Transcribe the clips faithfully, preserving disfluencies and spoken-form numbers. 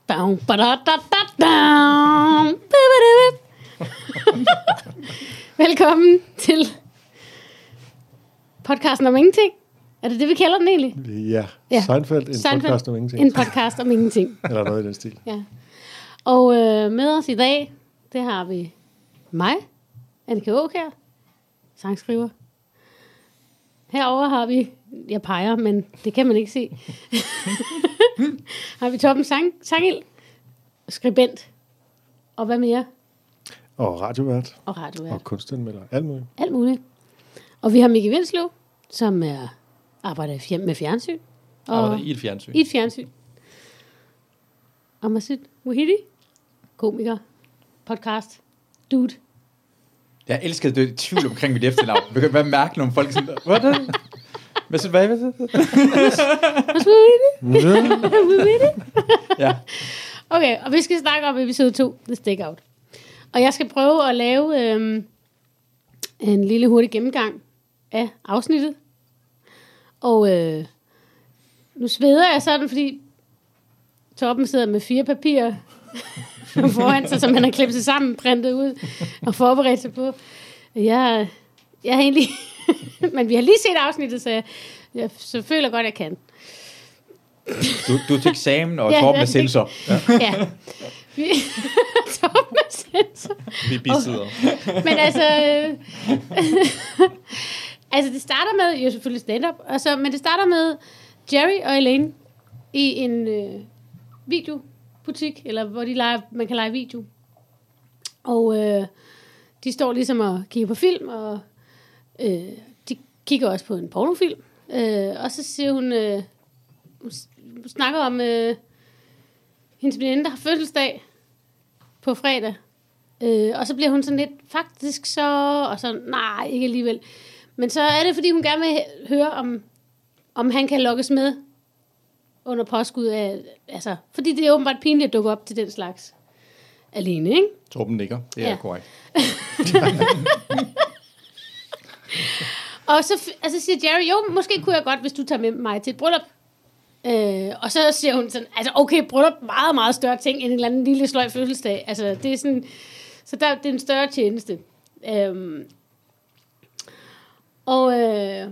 Down, down. Velkommen til podcasten om ingenting. Er det det, vi kalder den egentlig? Ja, ja. Seinfeld, en Seinfeld, podcast om ingenting. En podcast om ingenting. Eller noget i den stil. Ja. Og øh, med os i dag, det har vi mig, Annika Aakjær, sangskriver. Herover har vi, jeg peger, men det kan man ikke se, har vi Torben Sang, Sangild, skribent, og hvad mere? Og radiovært. Og radiovært. Og kunstanmelder, alt muligt. Alt muligt. Og vi har Mikke Vinsløv, som er, arbejder med fjernsyn. Og arbejder i et fjernsyn. I et fjernsyn. Og Masoud Wahidi, komiker, podcast, dude. Jeg elskede det i tvivl omkring mit efternavn. Det kan være mærkeligt, når folk sådan, hvad er det? Hvad så, hvad er det? Ja. Okay, og vi skal snakke om episode to, The Stakeout. Og jeg skal prøve at lave øhm, en lille hurtig gennemgang af afsnittet. Og øh, nu sveder jeg sådan, fordi Torben sidder med fire papirer foran sig, som han har klippet sig sammen, printet ud og forberedt sig på. Jeg, jeg har egentlig... Men vi har lige set afsnittet, så jeg, jeg så føler godt, jeg kan. Du, du er til eksamen, og ja, Torben er sensor. Ja. ja. Vi, Torben er sensor. Vi bisidder. Men altså... altså, det starter med... Jo, selvfølgelig stand-up. Altså, men det starter med Jerry og Elaine i en øh, videobutik, eller hvor de leger, man kan lege video. Og øh, de står ligesom og kigger på film, og øh, de kigger også på en pornofilm. Øh, og så siger hun... Øh, hun snakker om øh, hendes veninde, der har fødselsdag på fredag. Øh, og så bliver hun sådan lidt, faktisk så... Og så, nej, ikke alligevel. Men så er det, fordi hun gerne vil høre, om, om han kan lokkes med under påskud af... Altså, fordi det er åbenbart pinligt at dukke op til den slags alene, ikke? Torben nikker, det er ja. korrekt. Og så altså, siger Jerry, jo, måske kunne jeg godt, hvis du tager med mig til et bryllup. Øh, og så siger hun sådan, altså okay, bryllup meget, meget større ting end en eller anden lille sløj fødselsdag. Altså, det er sådan... Så der, det er en større tjeneste. Øhm, og... Øh,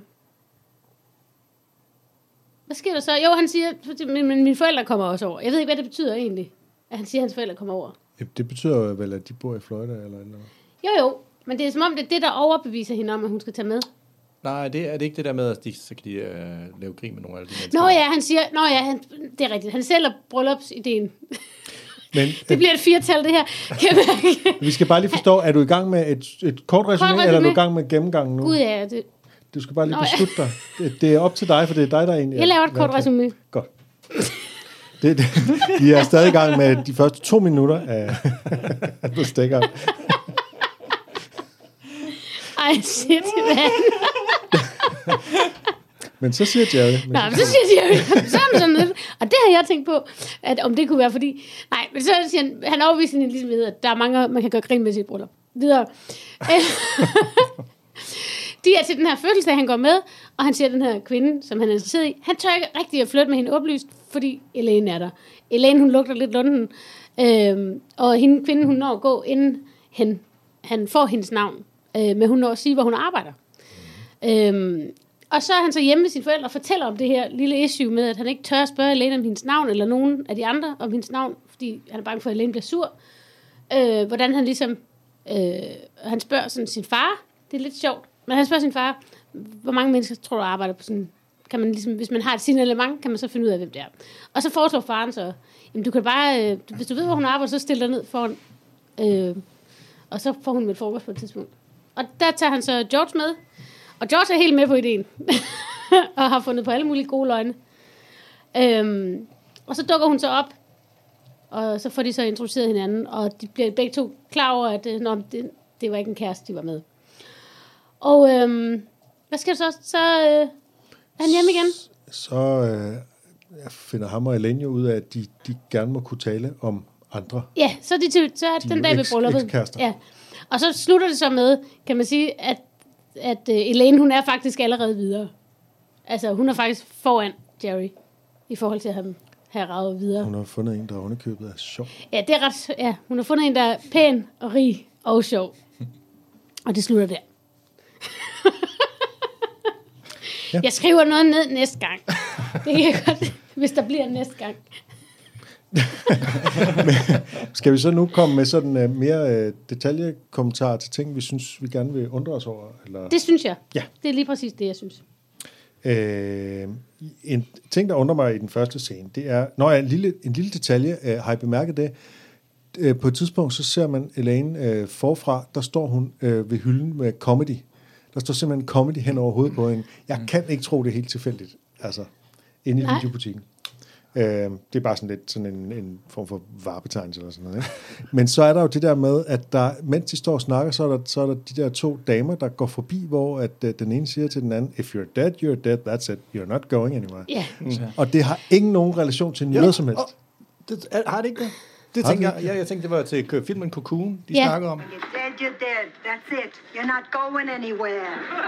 hvad sker der så? Jo, han siger, men mine forældre kommer også over. Jeg ved ikke, hvad det betyder egentlig, at han siger, at hans forældre kommer over. Det betyder vel, at de bor i Florida eller noget. Jo, jo. Men det er som om, det er det, der overbeviser hende om, at hun skal tage med. Nej, det er det ikke det der med, at de, så kan de uh, lave grin med nogle af de mennesker. Nå ja, han siger, nå ja, han, det er rigtigt. Han sælger bryllupsideen. Men, det bliver et firtal, det her. Vi skal bare lige forstå, er du i gang med et, et kort resume, eller er du i gang med gennemgangen nu? Gud ja, det... Du skal bare lige Nå, beslutte dig. Det, det er op til dig, for det er dig, der egentlig... Jeg laver et kort resume. Godt. Det, det, vi er stadig i gang med de første to minutter af The Stakeout. Ej, shit, man. Men så siger Jerry... Men Nå, så, så siger Jerry... Sådan, sådan lidt. Og det har jeg tænkt på, at om det kunne være, fordi... Nej, men så siger han... Han overviser hende ligesom ved, at der er mange, man kan gøre grin med sit bryllup. Videre. De er til den her fødselsdag, han går med, og han ser den her kvinde, som han er interesseret i. Han tør ikke rigtig at flytte med hende oplyst, fordi Elaine er der. Elaine, hun lugter lidt lunden, øhm, og hende kvinde, hun når at gå, inden han, han får hendes navn. Øh, men hun når at sige, hvor hun arbejder. Øhm, og så er han så hjemme med sine forældre og fortæller om det her lille issue med, at han ikke tør at spørge Elaine om hendes navn, eller nogen af de andre om hendes navn, fordi han er bange for, at Elaine bliver sur. Øh, hvordan han ligesom... Øh, han spørger sådan sin far. Det er lidt sjovt. Men han spørger sin far, hvor mange mennesker tror du arbejder på sådan... Kan man ligesom, hvis man har et signalement, kan man så finde ud af, hvem det er. Og så foreslår faren så, jamen du kan bare... Øh, hvis du ved, hvor hun arbejder, så stil dig ned foran... Øh, og så får hun med frokost på et tidspunkt. Og der tager han så George med. Og George er helt med på ideen. og har fundet på alle mulige gode løgne. Øhm, og så dukker hun så op. Og så får de så introduceret hinanden. Og de bliver begge to klar over, at øh, nå, det, det var ikke en kæreste, de var med. Og øhm, hvad sker der så? Så øh, er han hjemme igen? Så øh, jeg finder ham og Elaine ud af, at de, de gerne må kunne tale om andre. Ja, så er, de til, så er de den dag ved brylluppet. Ja. Og så slutter det så med, kan man sige, at, at uh, Elaine, hun er faktisk allerede videre. Altså, hun er faktisk foran Jerry, i forhold til at have, have raget videre. Hun har fundet en, der ovenikøbet er sjov. Ja, det er ret... Ja, hun har fundet en, der er pæn og rig og sjov. Og det slutter der. Ja. Jeg skriver noget ned næste gang. Det kan jeg godt, hvis der bliver næste gang. Skal vi så nu komme med sådan uh, mere uh, detaljekommentarer til ting, vi synes, vi gerne vil undre os over? Eller? Det synes jeg. Ja. Det er lige præcis det, jeg synes. Øh, en ting, der undrer mig i den første scene, det er, når jeg en lille, en lille detalje, øh, har I bemærket det? Øh, på et tidspunkt, så ser man Elaine øh, forfra, der står hun øh, ved hylden med comedy. Der står simpelthen comedy hen over hovedet på hende. Jeg kan ikke tro, det er helt tilfældigt, altså, inde i Nej. videobutikken. Øh, det er bare sådan lidt sådan en, en form for varebetegnelse eller sådan noget. Ikke? Men så er der jo det der med, at der, mens de står og snakker, så er der, så er der de der to damer, der går forbi, hvor at, uh, den ene siger til den anden, if you're dead, you're dead, that's it. You're not going anywhere. Ja. Mm. Og det har ingen nogen relation til noget Ja, som helst. og det, er, har det ikke det? Det Har tænker det jeg, jeg, jeg tænkte, det var til kø- filmen Cocoon, de Ja. snakkede om. You're dead, you're dead. That's it. You're not going anywhere.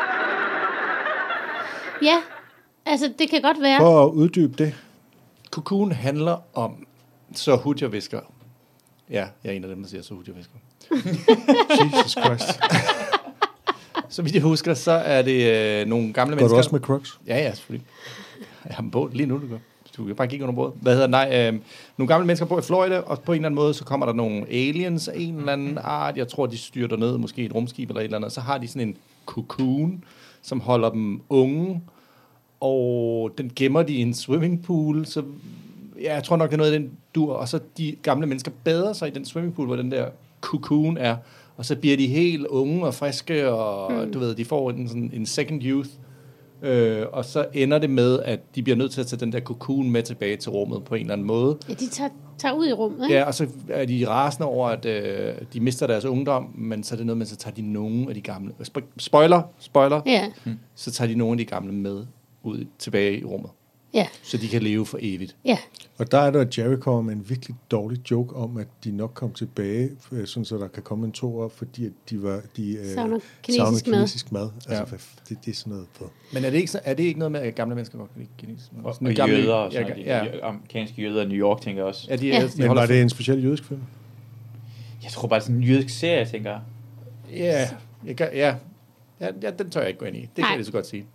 Ja, altså det kan godt være. For at uddybe det. Cocoon handler om så hudjer visker. Ja, jeg er en af dem, der siger så hudjer visker. Jesus Christ. Så vidt jeg husker, så er det øh, nogle gamle Går mennesker. du også med Crocs? Ja, ja, selvfølgelig. Jeg har en båd lige nu, du gør. Du kan bare kigge under bordet. Hvad hedder nej? Øh, nogle gamle mennesker bor i Florida, og på en eller anden måde, så kommer der nogle aliens af en eller anden art. Jeg tror, de styrter ned, måske et rumskib eller et eller andet. Så har de sådan en cocoon, som holder dem unge, og den gemmer de i en swimmingpool. Så ja, jeg tror nok, det er noget af den dur. Og så de gamle mennesker bader sig i den swimmingpool, hvor den der cocoon er. Og så bliver de helt unge og friske, og mm. du ved, de får en, sådan, en second youth. Øh, og så ender det med, at de bliver nødt til at tage den der cocoon med tilbage til rummet på en eller anden måde. Ja, de tager, tager ud i rummet, ikke? Ja, og så er de rasende over, at øh, de mister deres ungdom, men så er det noget med, så tager de nogle af de gamle... Spo- spoiler, spoiler. Ja, Så tager de nogle af de gamle med ud tilbage i rummet, ja, så de kan leve for evigt. ja. Og der er der, at Jerry kommer med en virkelig dårlig joke om, at de nok kom tilbage, øh, sådan så der kan komme en toer, fordi at de var de øh, Savner kinesisk savner kinesisk mad. Altså, Ja. hvad f- det, det er sådan noget på. Men er det ikke, så- er det ikke noget med, at gamle mennesker godt kan lide kinesisk mad? Og, Sådan og gamle- jøder og sådan ja, noget. ja. De amerikanske jøder i New York, tænker jeg også. Ja, de, Ja. de Men holder var det en speciel jødisk film? Jeg tror bare, det er sådan en jødisk serie, tænker jeg. Ja, jeg kan, ja. Ja, ja, den tør jeg ikke gå ind i. Det kan Nej. jeg lige så godt sige.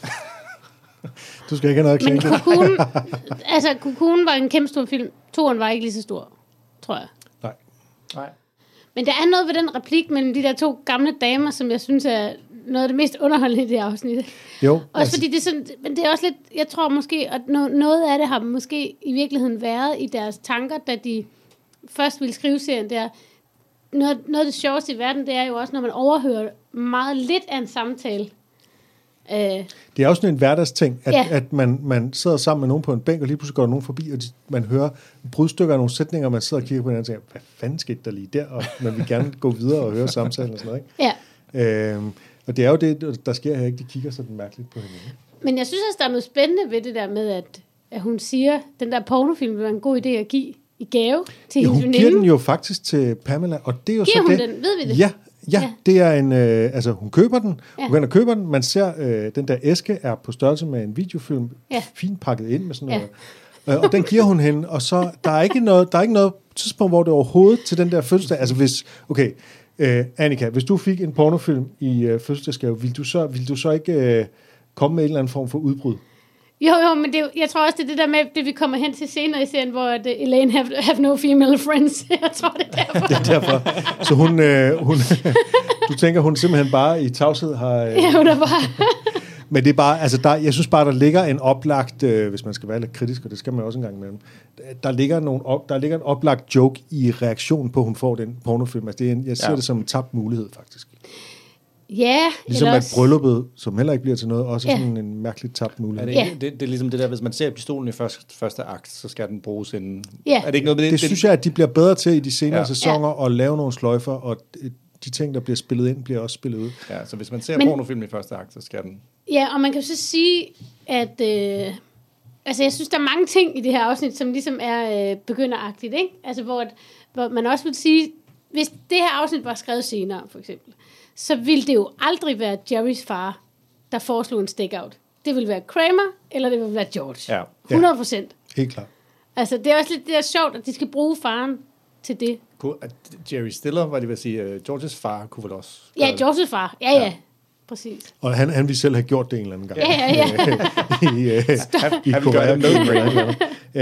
Du skal ikke have noget at Men klænke. Cocoon, altså Cocoon var en kæmpe stor film. Toren var ikke lige så stor, tror jeg. Nej. Nej. Men der er noget ved den replik mellem de der to gamle damer, som jeg synes er noget af det mest underholdende i det afsnit. Jo, Også altså, fordi det er sådan, men det er også lidt, jeg tror måske, at no- noget af det har måske i virkeligheden været i deres tanker, da de først ville skrive serien der. Noget, noget af det sjoveste i verden, det er jo også, når man overhører meget lidt af en samtale. Øh, det er også sådan en hverdagsting, at, Ja. at man, man sidder sammen med nogen på en bænk, og lige pludselig går der nogen forbi, og de, man hører brudstykker af nogle sætninger, og man sidder og kigger på hinanden og tænker, hvad fanden skete der lige der? Og man vil gerne gå videre og høre samtalen og sådan noget. ja. Ikke? Øhm, og det er jo det, der sker her, ikke? De kigger sådan mærkeligt på hinanden. Men jeg synes også, der er noget spændende ved det der med, at, at hun siger, den der pornofilm vil være en god idé at give i gave til Ja, hendes hun giver den veninde. jo faktisk til Pamela, og det er jo Giver så hun det. den? Ved vi det? Ja, ja, Ja. det er en, øh, altså hun køber den, Ja. hun går ind og køber den, man ser, øh, den der æske er på størrelse med en videofilm, Ja. fint pakket ind med sådan Ja. noget, øh, og den giver hun hende, og så, der er ikke noget, der er ikke noget tidspunkt, hvor det overhovedet til den der fødselsdag, altså hvis, okay, øh, Annika, hvis du fik en pornofilm i øh, fødselsdagsgave, vil du så, vil du så ikke øh, komme med en eller anden form for udbrud? Jo, jo, men det, er jo- jeg tror også, det er det der med, det vi kommer hen til senere i serien, hvor at, uh, Elaine have, have no female friends. Jeg tror, det er derfor. Det er derfor. Så hun, øh, hun du tænker, hun simpelthen bare i tavshed har... Øh, Ja, hun er bare... Men det er bare, altså der, jeg synes bare, der ligger en oplagt, øh, hvis man skal være lidt kritisk, og det skal man også en gang imellem, der ligger, nogle op, der ligger en oplagt joke i reaktionen på, at hun får den pornofilm. Altså det er en, jeg ser Ja. det som en tabt mulighed, faktisk. Ja, Ligesom eller at også... brylluppet, som heller ikke bliver til noget, også Ja. ja. sådan en mærkeligt tabt Er mulighed. det, Det, ikke, det, det er ligesom det der, hvis man ser pistolen i første, første akt, så skal den bruges inden. Ja. Er det ikke noget med det? det synes jeg, at de bliver bedre til i de senere Ja. ja. sæsoner, og lave nogle sløjfer, og de ting, der bliver spillet ind, bliver også spillet ud. Ja, så hvis man ser Men- pornofilm i første akt, så skal den... Ja, og man kan jo så sige, at... Øh, altså, jeg synes, der er mange ting i det her afsnit, som ligesom er øh, begynderagtigt, ikke? Altså, hvor, at- hvor man også vil sige, hvis det her afsnit var skrevet senere, for eksempel, så ville det jo aldrig være Jerrys far, der foreslog en stakeout. Det ville være Kramer, eller det ville være George. Ja. hundrede procent. Helt klart. Altså, det er også lidt det er sjovt, at de skal bruge faren til det. Jerry Stiller, hvad det vil sige, uh, Georges far kunne vel også... Ja, Georges far. Ja, ja. ja. Præcis. Og han, han ville selv have gjort det en eller anden gang. Ja, ja, ja. I, uh, i han vil gøre det med.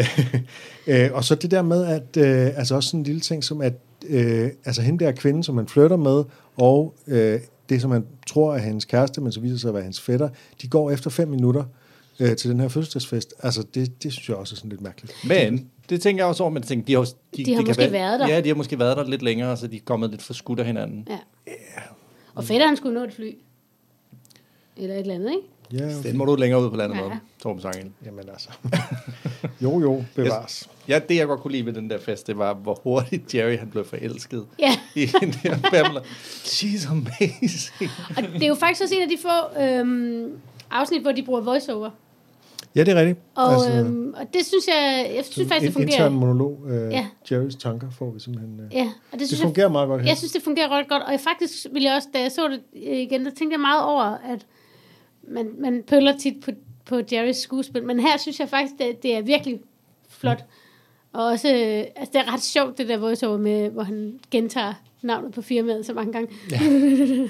uh, og så det der med, at uh, altså også sådan en lille ting, som at uh, altså hende der kvinde, som han flytter med, og uh, det, som han tror er hans kæreste, men så viser sig at være hans fætter, de går efter fem minutter uh, til den her fødselsdagsfest. Altså, det, det synes jeg også er sådan lidt mærkeligt. Men, det tænker jeg også over, men tænker, de har, de, de har de måske være, været der. Ja, de har måske været der lidt længere, så de er kommet lidt for skudt af hinanden. Ja. Yeah. Og fætteren skulle nå et fly. Eller et eller andet, ikke? Ja, okay. Den må du længere ud på landet ja. med, Torben Sangen. Jamen altså. jo, jo, bevares. Ja, det jeg godt kunne lide ved den der fest, det var, hvor hurtigt Jerry han blev forelsket. Ja. I den der Pamela. She's amazing. Og det er jo faktisk også en af de få øhm, afsnit, hvor de bruger voiceover. Ja, det er rigtigt. Og, altså, øhm, og det synes jeg, jeg synes faktisk, det fungerer. En intern monolog, øh, ja. Jerrys tanker får vi simpelthen. Øh, ja, og det, synes det fungerer jeg, meget godt her. Jeg synes, det fungerer ret godt, og jeg faktisk ville jeg også, da jeg så det igen, der tænkte jeg meget over, at man, man pøller tit på, på Jerrys skuespil, men her synes jeg faktisk, det, det er virkelig flot. Mm. Og også, altså det er ret sjovt, det der voiceover med, hvor han gentager navnet på firmaet så mange gange. Ja. Sagman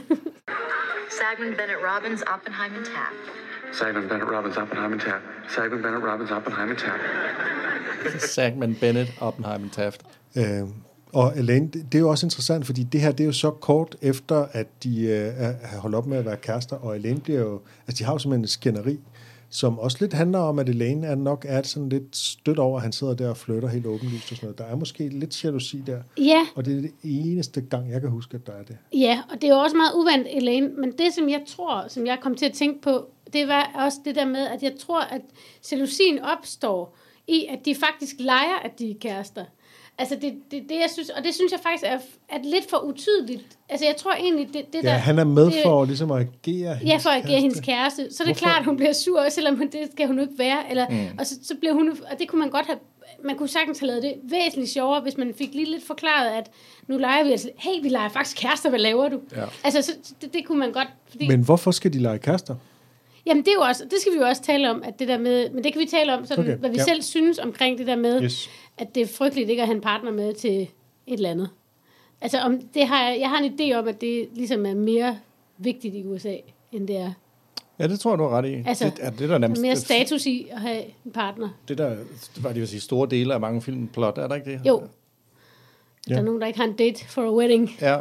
Bennett Robbins, Oppenheim and Taft. Sagman Bennett Robbins, Oppenheim and Taft. Sagman Bennett Robbins, Oppenheim and Taft. Sagman Bennett, Oppenheim and Taft. Øh, og Elaine, det, det er jo også interessant, fordi det her, det er jo så kort efter, at de øh, har holdt op med at være kærester, og Elaine bliver jo, altså de har jo simpelthen et skænderi, som også lidt handler om, at Elaine er nok er sådan lidt stødt over, at han sidder der og flytter helt åbenlyst og sådan noget. Der er måske lidt jalousi der. Ja. Og det er det eneste gang, jeg kan huske, at der er det. Ja, og det er jo også meget uvandt, Elaine, men det, som jeg tror, som jeg kom til at tænke på, det var også det der med, at jeg tror, at jalousien opstår i, at de faktisk leger, at de er kærester. Altså, det, det, det jeg synes, og det synes jeg faktisk er, er lidt for utydeligt. Altså, jeg tror egentlig, det, det ja, der... han er med det, for ligesom at agere Ja, for at agere hendes kæreste. Så er det Hvorfor? klart, at hun bliver sur, selvom det skal hun ikke være. Eller, mm. Og så, så bliver hun... Og det kunne man godt have... Man kunne sagtens have lavet det væsentligt sjovere, hvis man fik lige lidt forklaret, at nu leger vi altså... Hey, vi leger faktisk kærester, hvad laver du? Ja. Altså, så, det, det kunne man godt... Fordi, Men hvorfor skal de lege kærester? Jamen, det er jo også... Det skal vi jo også tale om, at det der med... Men det kan vi tale om, sådan, okay. hvad vi ja. selv synes omkring det der med... Yes. At det er frygteligt ikke at have en partner med til et eller andet. Altså, om det har jeg, jeg har en idé om, at det ligesom er mere vigtigt i U S A, end det er. Ja, det tror jeg, du har ret i. Altså, det, er det der nærmest, mere status i at have en partner. Det der, det var det vil sige, store dele af mange filmplot, er der ikke det? Jo. Ja. Ja. Der er nogen, der ikke har en date for a wedding. Ja.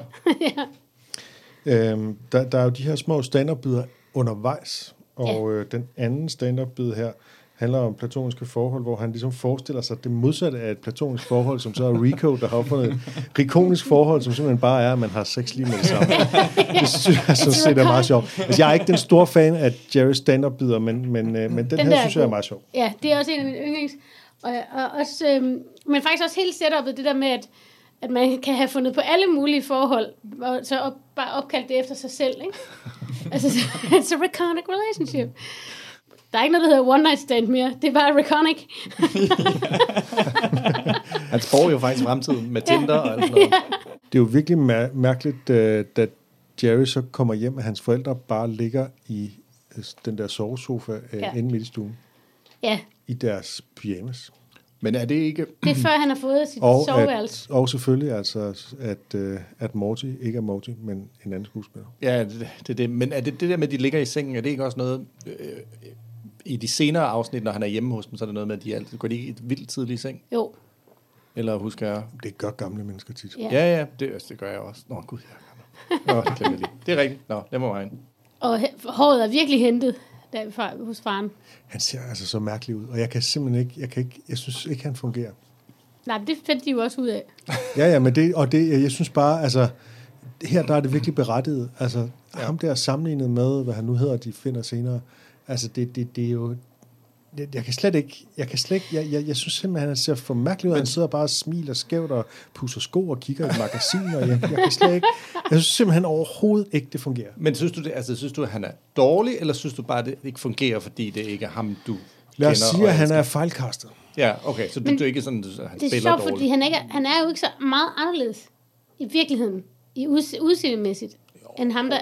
ja. Øhm, der, der er jo de her små stand-up-bidder undervejs, og ja. øh, den anden stand-up-bid her handler om platoniske forhold, hvor han ligesom forestiller sig det modsatte af et platonisk forhold, som så er Rico, der har opfundet et rikonisk forhold, som simpelthen bare er, at man har sex lige med det samme. Det synes jeg sådan set er meget sjovt. Altså, jeg er ikke den store fan af Jerry stand-up-bider, men, men, øh, men den, den her synes jeg er meget sjov. Ja, det er også en af mine yndlings. Og, og også, øh, men faktisk også helt setupet, det der med, at, at man kan have fundet på alle mulige forhold, og så op, bare opkaldt det efter sig selv, ikke? Altså, it's a reconic relationship. Der er ikke noget, der hedder one night stand mere. Det er bare reconic. Han spår jo faktisk fremtiden med Tinder og alt sådan noget. Det er jo virkelig mær- mærkeligt, da Jerry så kommer hjem, at hans forældre bare ligger i den der sovesofa ja. inde midt i stuen. Ja. I deres pyjamas. Men er det ikke... Det er før, han har fået sit og soveværelse. At, og selvfølgelig altså, at, at Morty ikke er Morty, men en anden skuespiller. Ja, det, det, det. Men er det det der med, at de ligger i sengen, er det ikke også noget... Øh, i de senere afsnit, når han er hjemme hos dem, så er det noget med, at de altid går de ikke i et vildt tidligt seng? Jo. Eller husker jeg? Det gør gamle mennesker tit. Ja, ja, ja det, det gør jeg også. Nå, gud, jeg er gammel. Nå, det glemmer jeg lige. Det er rigtigt. Nå, det må være. Og håret er virkelig hentet derfra hos faren. Han ser altså så mærkelig ud, og jeg kan simpelthen ikke, jeg kan ikke, jeg synes ikke, han fungerer. Nej, det fandt de jo også ud af. ja, ja, men det, og det, jeg synes bare, altså, her der er det virkelig berettiget. Altså, ja. Ham der sammenlignet med, hvad han nu hedder, de finder senere, altså, det, det, det er jo... Jeg, jeg kan slet ikke... Jeg, kan slet ikke jeg, jeg, jeg synes simpelthen, han ser for mærkelig ud. Han sidder bare og smiler skævt og pusser sko og kigger i et magasin, og jeg, jeg kan slet ikke... Jeg synes simpelthen overhovedet ikke, det fungerer. Men synes du, det, altså, synes du, at han er dårlig, eller synes du bare, det ikke fungerer, fordi det ikke er ham, du Lad os kender? sige, at han er fejlkastet. Ja, okay. Så du, du er ikke sådan, at han det er spiller sjovt, dårligt. fordi han, ikke er, han er jo ikke så meget anderledes i virkeligheden, i udse- udseendemæssigt, end ham, der,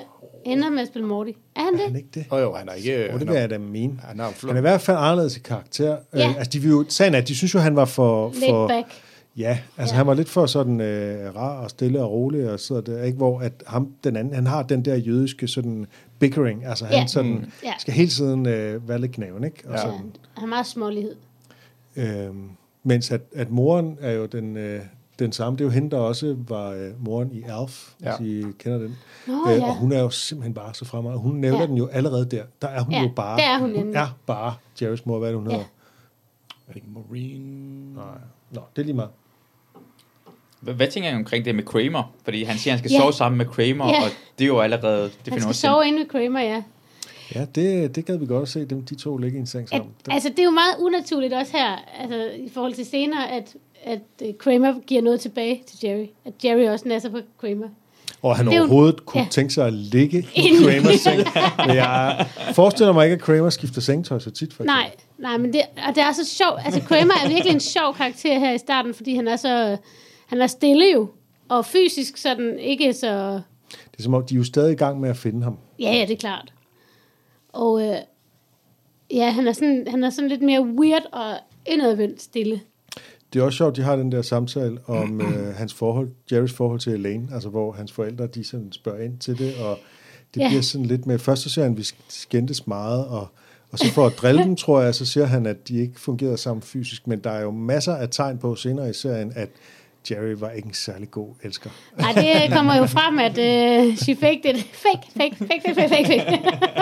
ender med at spille Morty. Er han Er han det? ikke det? Åh oh, jo, han er ikke... Og det han vil er, jeg da mene. han er Han flot. er i hvert fald anderledes i karakter. Ja. Øh, altså, de vil jo, sagen er, at de synes jo, han var for... Laid for back. Ja, altså Ja. han var lidt for sådan øh, rar og stille og rolig og sidder der, ikke? Hvor at ham, den anden, han har den der jødiske sådan bickering, altså han Ja. sådan, Mm. Ja. skal hele tiden øh, være lidt knæven, ikke? Og Ja. sådan, Han har meget smålighed. Øhm, mens at, at moren er jo den, øh, den samme. Det er jo hende, der også var øh, moren i Alf, Ja. hvis I kender den. Nå, øh, ja. Og hun er jo simpelthen bare så fremragende. Hun nævner Ja. den jo allerede der. Der er hun Ja, jo bare. der er hun hun nemlig. er bare Jerrys mor. Hvad er det, hun Ja. hedder? Er det ikke Maureen? Nej. Nå, det er lige meget. Hvad, hvad tænker I omkring det med Kramer? Fordi han siger, at han skal Ja. sove sammen med Kramer, Ja. og det er jo allerede... Det Han finder skal også sove inde ved Kramer, ja. Ja, det, det gad vi godt at se, dem, de to ligge i en seng At, sammen. Det, altså, det er jo meget unaturligt også her, altså, i forhold til senere, at, at uh, Kramer giver noget tilbage til Jerry. At Jerry også nasser på Kramer. og han det er jo- overhovedet kunne ja. tænke sig at ligge i Inde. Kramers seng. Men jeg forestiller mig ikke, at Kramer skifter sengetøj så tit, for eksempel. Nej, nej, men det, og det er så sjovt. Altså, Kramer er virkelig en sjov karakter her i starten, fordi han er så, han er stille jo, og fysisk sådan ikke så... Det er som om, de er jo stadig i gang med at finde ham. Ja, ja, det er klart. Og øh, ja, han er, sådan, han er sådan lidt mere weird og indadvendt stille. Det er også sjovt, de har den der samtale om øh, hans forhold, Jerrys forhold til Elaine, altså hvor hans forældre, de sådan spørger ind til det, og det Ja. bliver sådan lidt med, først så siger han, at vi skændtes meget, og, og så for at drille dem, tror jeg, så siger han, at de ikke fungerede sammen fysisk, men der er jo masser af tegn på senere i serien, at Jerry var ikke en særlig god elsker. Ej, det kommer jo frem, at øh, she faked it. Fake, fake, fake, fake, fake, fake, fake.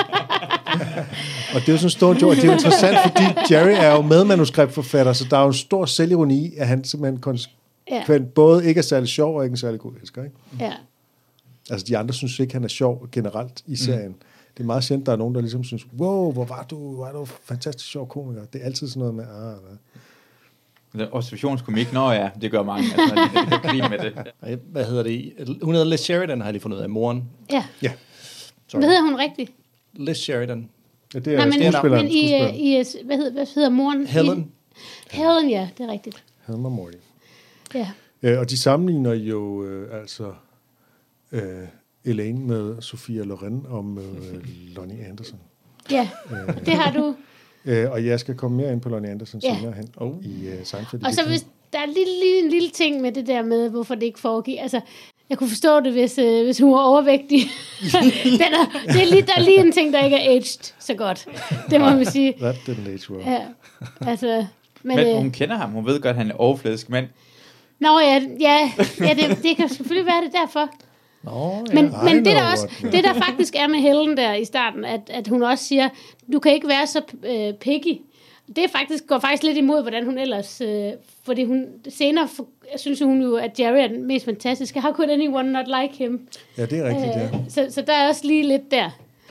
Og det er jo sådan en stor joke, det er jo interessant, fordi Jerry er jo medmanuskriptforfatter, så der er jo en stor selvironi i, at han simpelthen konsekvent Ja. både ikke er særlig sjov og ikke en særlig god elsker, ikke? Ja. Altså, de andre synes ikke, han er sjov generelt i serien. Mm. Det er meget sjældent, der er nogen, der ligesom synes, wow, hvor var du, var du fantastisk sjov komiker. Det er altid sådan noget med, ah, hvad. Observationskomik, nå ja, det gør mange. Altså, de, de kan grine med det. Ej, hvad hedder det? Hun hedder Liz Sheridan, har jeg lige fundet ud af. Moren. Ja. Ja, Sorry. Hvad hedder hun rigtigt? Liz Sheridan. ja det er Nej, men, skuespilleren. men i, skuespilleren. i, hvad, hedder, hvad hedder moren? Helen. I, Helen, ja, det er rigtigt. Helmer Morty. Ja. Øh, og de sammenligner jo øh, altså øh, Elaine med Sophia Loren og med øh, Lonnie Anderson. Ja, det har du. Øh, og jeg skal komme mere ind på Lonnie Anderson Ja. senere hen Oh. i øh, Seinfeld. Og så hvis der er en lille, lille, en lille ting med det der med, hvorfor det ikke foregik. Altså, jeg kunne forstå det, hvis, øh, hvis hun var overvægtig. den er, det er lige, der er lige en ting, der ikke er aged så godt. Det må man sige. That didn't age well. Ja, altså... Men, Men øh, hun kender ham, hun ved godt, at han er overfladisk, men nå ja, ja, ja det, det kan selvfølgelig være det derfor. Nå, ja. Men, I men det, know der også, what- det der faktisk er med Helen der i starten, at, at hun også siger, du kan ikke være så øh, picky. Det er faktisk, går faktisk lidt imod, hvordan hun ellers... Øh, fordi hun senere for, synes hun jo, at Jerry er den mest fantastiske. How could anyone not like him? Ja, det er rigtigt, ja. Øh, så, så der er også lige lidt der.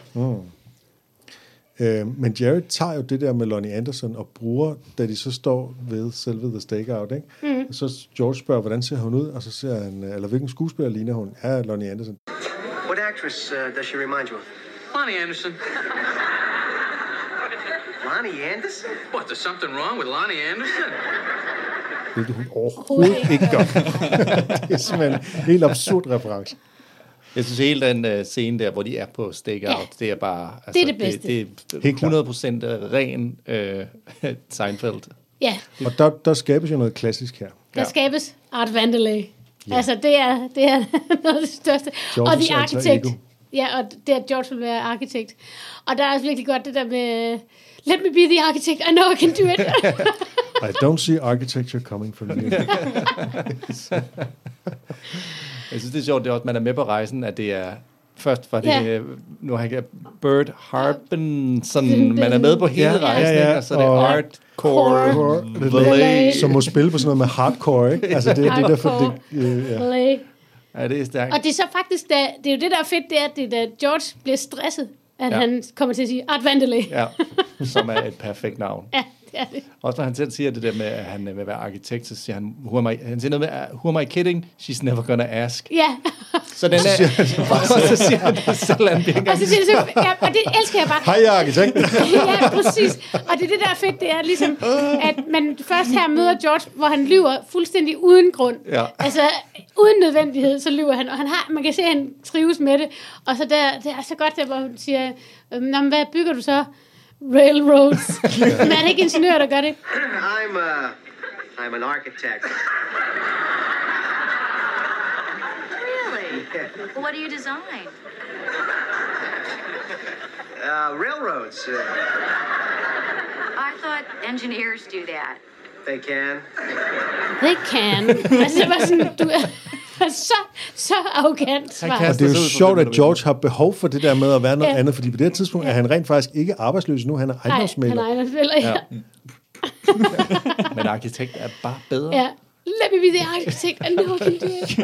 Øh, men Jerry tager jo det der med Lonnie Anderson og bruger, da de så står ved selve The Stakeout, ikke? Mm. Og så George spørger, hvordan ser hun ud? Og så ser han, eller hvilken skuespiller ligner hun? Ja, Lonnie Anderson. What actress uh, does she remind you of? Lonnie Anderson. Lonnie Anderson? What, there's something wrong with Lonnie Anderson? Hvilket hun overhovedet ikke gør. Det er simpelthen en helt absurd reference. Jeg synes hele den uh, scene der, hvor de er på stakeout, Ja. det er bare... Altså, Det er det bedste. Det, det er Helt klart. hundrede procent ren uh, Seinfeld. Ja, Og der, der skabes jo noget klassisk her. der Ja. skabes Art Vandelay. Ja. Altså, det er, det er noget af det største. George og The er altså Architect. ego. Ja, og det er George vil være arkitekt. Og der er også virkelig godt det der med, let me be the architect, I know I can do it. I don't see architecture coming from you. Jeg synes, det er sjovt, det er også, man er med på rejsen, at det er... Først var det, Ja. yeah. nu har jeg Bert Harbenson, man er med på hele Ja, rejsen, ja, ja. ikke? Og så er det Og- hardcore, Valet. Som må spille på sådan noget med hardcore, ikke? Altså, det, det er derfor, det... Øh, ja. Valet. ja, det er stærkt. Og det er så faktisk, da, det er jo det, der er fedt, det er, at det, da George bliver stresset, at Ja. ja. han kommer til at sige Art Vandelay. Ja. Ja, som er et perfekt navn. ja, det er det. Også når han selv siger det der med, at han vil være arkitekt, så siger han, who am I, han siger noget med, who am I kidding? She's never gonna ask. Ja. Så den er, og så siger han det selv, han bliver Og så siger det så, ja, og det elsker jeg bare. Hej, jeg er arkitekt. Ja, præcis. Og det er det, der er fedt, det er ligesom, at man først her møder George, hvor han lyver fuldstændig uden grund. Ja. Altså, uden nødvendighed, så lyver han. Og han har, man kan se, at han trives med det. Og så der, det er så godt der, hvor hun siger, nå, men hvad bygger du så? Railroads. Men er det ikke ingeniør, der gør det? I'm, uh, I'm an architect. Really? Well, what do you design? Uh, railroads. Uh, I thought engineers do that. they can. They can. Altså, det var sådan, du er så, så arrogant svar. kan- Og det er jo Så ud fra sjovt, det, at George har behov for det der med at være noget Ja. andet, fordi på det her tidspunkt er han rent faktisk ikke arbejdsløs nu, han er Nej, han ejendomsmægler. er ejendomsmægler, ja. Men arkitekt er bare bedre. Ja. Let me be the architect, and no can do it.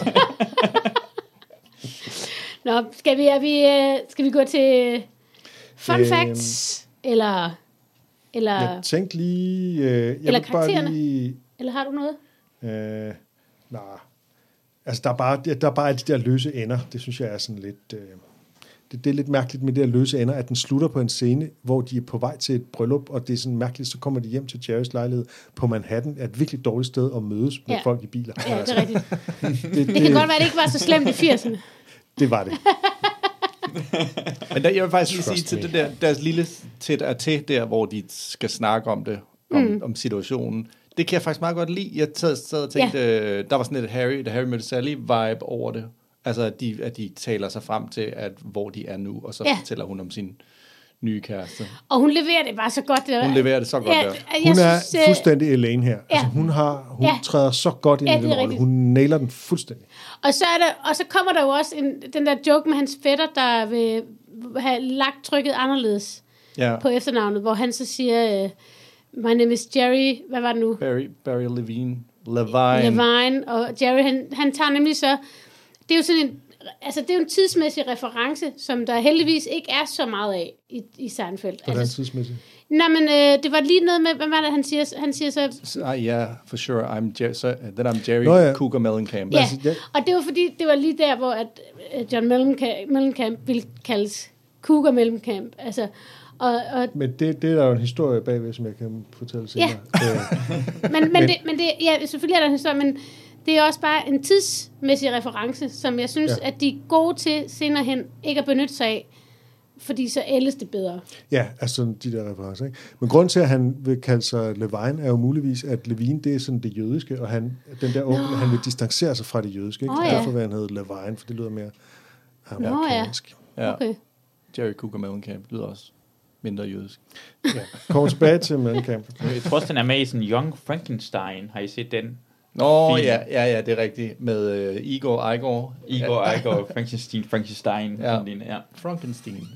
Nå, skal vi, er vi, øh, skal vi gå til fun Øhm. facts? Eller, eller, Jeg tænkte lige... Øh, jeg Eller vil bare karaktererne. lige... eller har du noget? Øh, nej. Altså, der er, bare, der er bare de der løse ender. Det synes jeg er sådan lidt... Øh, det, det er lidt mærkeligt med de der løse ender, at den slutter på en scene, hvor de er på vej til et bryllup, og det er sådan mærkeligt, så kommer de hjem til Jerrys lejlighed på Manhattan, er et virkelig dårligt sted at mødes med Ja. folk i biler. Ja, det er rigtigt. det, Det kan godt være, at det ikke var så slemt i firserne. Det var det. Men der, jeg vil faktisk lige Trust sige til me. det der, deres lille tæt er til der, hvor de skal snakke om det, om, mm. om situationen. Det kan jeg faktisk meget godt lide. Jeg sad, sad og tænkte, ja. der var sådan et Harry, The Harry Met Sally vibe over det. Altså, at de, at de taler sig frem til, at hvor de er nu, og så Ja. fortæller hun om sin nye kæreste. Og hun leverer det bare så godt. Det der. Hun leverer det så godt ja, der. Jeg Hun er synes, øh, fuldstændig Elaine her. ja. Altså, hun har, hun Ja. træder så godt ind Ja, i det er den rolle. rigtigt. Hun nailer den fuldstændig. Og så, er der, og så kommer der jo også en, den der joke med hans fætter, der vil have lagt trykket anderledes Ja. på efternavnet, hvor han så siger, uh, my name is Jerry, hvad var det nu? Barry, Barry Levine. Levine. Levine, og Jerry, han, han tager nemlig så, det er jo sådan en, altså det er jo en tidsmæssig reference, som der heldigvis ikke er så meget af i, i Seinfeld. Hvordan Altså, tidsmæssigt? nej, men øh, det var lige noget med, hvad var det, han siger? Han siger så, So, uh, yeah, for sure. I'm Jer- so, then I'm Jerry Nå ja. Cougar Mellencamp. ja, ja. og det var fordi, det var lige der, hvor at øh, John Mellencamp, Mellencamp ville kaldes Cougar Mellencamp, altså, og, og Men det, det er der jo en historie bagved, som jeg kan fortælle senere. Ja. Øh, Men, men, men, det, men det, ja, selvfølgelig er der en historie, men det er også bare en tidsmæssig reference, som jeg synes, Ja. ja. at de er gode til senere hen ikke at benytte sig af, fordi så ældes det bedre. ja, altså de der referencer. Ikke? Men grunden til, at han vil kalde sig Levine, er jo muligvis, at Levine, det er sådan det jødiske, og han, den der unge, han vil distancere sig fra det jødiske. Ikke? Åh, Oh, ja. Derfor vil han hedde Levine, for det lyder mere amerikansk. Ja. Okay. Jerry Cougar Mellencamp lyder også mindre jødisk. Ja. Kommer tilbage til Mellencamp. Jeg tror også, den er med i sådan Young Frankenstein. Har I set den? Nå, Film. ja, ja, ja, det er rigtigt. Med uh, Igor Igor. Igor, ja. Igor, Frankenstein, Frankenstein. Ja. Sådan en, ja. Frankenstein.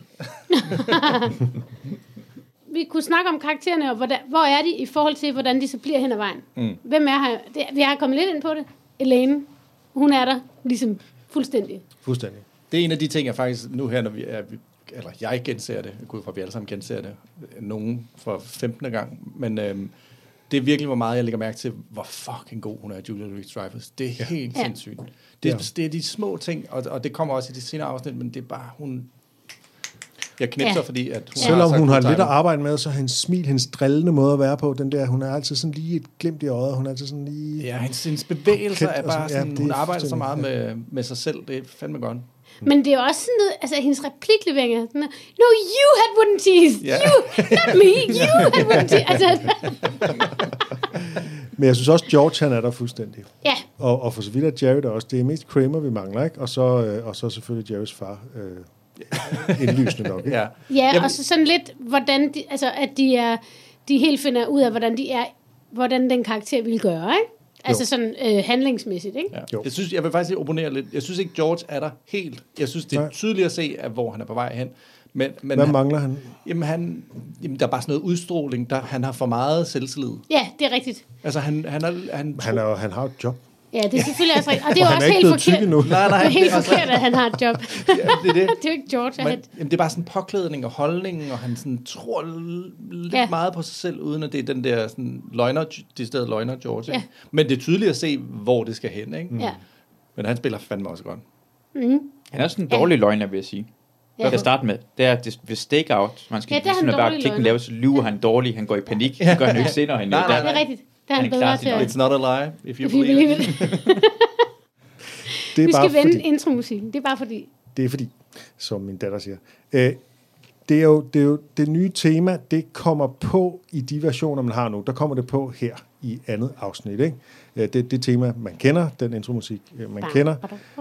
Vi kunne snakke om karaktererne, og hvordan, hvor er de i forhold til, hvordan de så bliver hen ad vejen. Mm. Hvem er her? Det, vi har kommet lidt ind på det. Elaine, hun er der ligesom fuldstændig. Fuldstændig. Det er en af de ting, jeg faktisk nu her, når vi er, eller jeg genser det, gud for vi alle sammen genser det, nogen for femtende gang, men øhm, det er virkelig, hvor meget jeg lægger mærke til, hvor fucking god hun er, Julia Louis-Dreyfus. Det er ja. helt Ja. sindssygt. Det, Ja. det er de små ting, og, og det kommer også i de senere afsnit, men det er bare, hun... Jeg knipser, Ja. fordi at hun Selvom har hun så har god lidt at timing. arbejde med, så er hendes smil, hendes drillende måde at være på, den der, hun er altid sådan lige et glimt i øjet, hun er altid sådan lige... Ja, hendes, hendes bevægelser Kendt er og bare sådan, ja, sådan, det er hun arbejder så fuldstændig- meget med, med sig selv, det er fandme godt. Men det er jo også sådan noget, altså hendes repliklevering er sådan, no, you had wooden teeth. Ja. You, not me, you had wooden teeth. Altså, Men jeg synes også, George, han er der fuldstændig. ja, Og, og for så vidt er Jerry der også. Det er mest Kramer, vi mangler, ikke? Og så, øh, og så selvfølgelig Jerrys far. Øh, indlysende nok, ikke? Ja. ja Jamen- og så sådan lidt, hvordan de, altså at de er, de helt finder ud af, hvordan de er, hvordan den karakter vil gøre, ikke? Altså Jo. sådan øh, handlingsmæssigt, ikke? Ja. Jo. Jeg synes, jeg vil faktisk lige opponere lidt. Jeg synes ikke, George er der helt. Jeg synes, det er Nej. tydeligt at se, at hvor han er på vej hen. Men, men Hvad han, mangler han? jamen, han, jamen, der er bare sådan noget udstråling. Der, han har for meget selvtillid. Ja, det er rigtigt. Altså, han, han, er, han, Han, er, jo- han har jo et job. Ja, det er selvfølgelig også rigtigt. Og det er Og jo han også er ikke helt blevet tyk forkert. endnu. Nej, nej, Det er helt det er også- forkert, at han har et job. Ja, det er det. Det er jo ikke George. Men, Han, jamen, det er bare sådan påklædning og holdning, og han sådan tror l- lidt Ja. ja. meget på sig selv, uden at det er den der sådan løgner, de steder løgner George. Ikke? Ja. Men det er tydeligt at se, hvor det skal hen. Ikke? ja. Men han spiller fandme også godt. Mm. Han er sådan en dårlig løgner, vil jeg sige. Ja. Ja. Til at starte med, det er det, ved stakeout. Man skal Ja, ja, det er han sådan at bare dårlig klikke løgner. lave, så lyver han dårlig, han går i panik. Det gør han jo ikke senere end Nej, nej, der. Det er rigtigt. Det er Han han er bedre klar til til at... det. It's not a lie, if you, If you believe, believe it. it. Det er Vi bare skal vende fordi, intromusikken. Det er bare fordi... det er fordi, som min datter siger. Øh, det er jo det, er jo, det nye tema, det kommer på i de versioner, man har nu. Der kommer det på her i andet afsnit. Ikke? Øh, det, det tema, man kender, den intromusik, øh, man kender.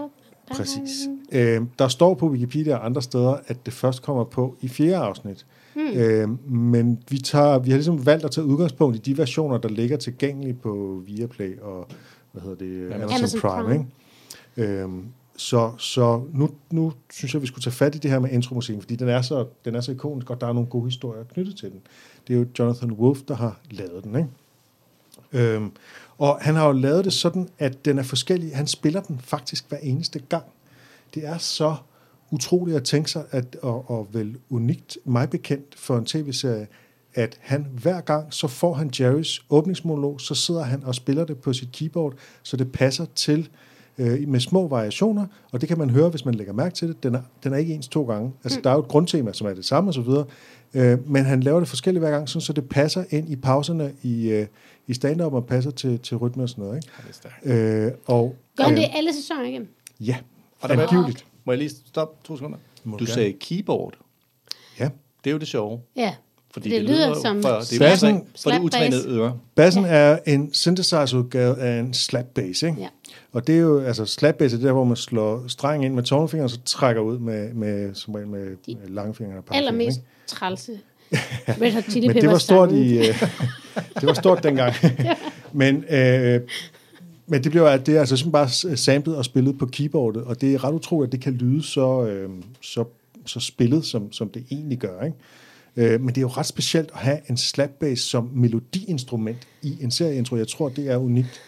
Præcis. Øh, der står på Wikipedia og andre steder, at det først kommer på i fjerde afsnit. Hmm. Øh, men vi, tager, vi har ligesom valgt at tage udgangspunkt i de versioner, der ligger tilgængelige på Viaplay og hvad hedder det, Amazon, Amazon Prime. Prime. Ikke? Øh, så så nu, nu synes jeg, vi skulle tage fat i det her med intromusikken, fordi den er så, den er så ikonisk, og der er nogle gode historier knyttet til den. Det er jo Jonathan Wolff, der har lavet den. Ikke? Øhm, og han har jo lavet det sådan, at den er forskellig. Han spiller den faktisk hver eneste gang. Det er så utroligt at tænke sig, at, og, og vel unikt mig bekendt for en tv-serie, at han hver gang, så får han Jerrys åbningsmonolog, så sidder han og spiller det på sit keyboard, så det passer til øh, med små variationer, og det kan man høre, hvis man lægger mærke til det. Den er, den er ikke ens to gange. Altså, mm. der er jo et grundtema, som er det samme og så videre, øh, men han laver det forskelligt hver gang, sådan, så det passer ind i pauserne i, øh, i stand-up og passer til, til rytme og sådan noget. Ikke? Øh, og, Gør han øh, det alle sæsoner igen? Ja, Og der angiveligt. Må jeg lige stoppe to sekunder? Må Du gerne. sagde keyboard. Ja. Det er jo det sjove. Ja. Fordi Det lyder jo som for, det slap- er utræ- for slap det utrænede bass. øre. Bassen er en synthesizer-udgave af en slap bass, ikke? Ja. Og det er jo, altså slap bass er der, hvor man slår strengen ind med tommelfingeren, og så trækker ud med, med, som regel med, med langfingeren og pegefingeren, Allermest ikke? trælse. Red Hot Chili Men det var Peppers stort sange. i, øh, det var stort dengang. men, øh, men det blev det er altså simpelthen bare samlet og spillet på keyboardet, og det er ret utroligt, at det kan lyde så, øh, så, så spillet, som, som det egentlig gør, ikke? Øh, men det er jo ret specielt at have en slap bass som melodiinstrument i en serieintro. Jeg tror, det er unikt.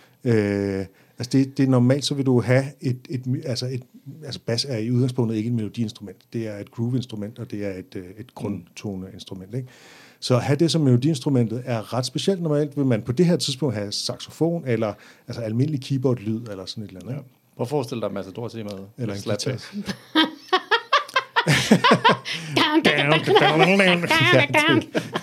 Øh, altså det, det er normalt, så vil du have et, et, altså et, altså bass er i udgangspunktet ikke et melodiinstrument. Det er et groove-instrument, og det er et, et grundtoneinstrument, ikke? Så at have det som melodiinstrumentet er ret specielt. Normalt vil man på det her tidspunkt have saxofon, eller altså almindelig keyboard-lyd, eller sådan et eller andet. Ja. Prøv at forestille dig Matador til med Eller en slap guitar. bass. Down, down, down, down, down,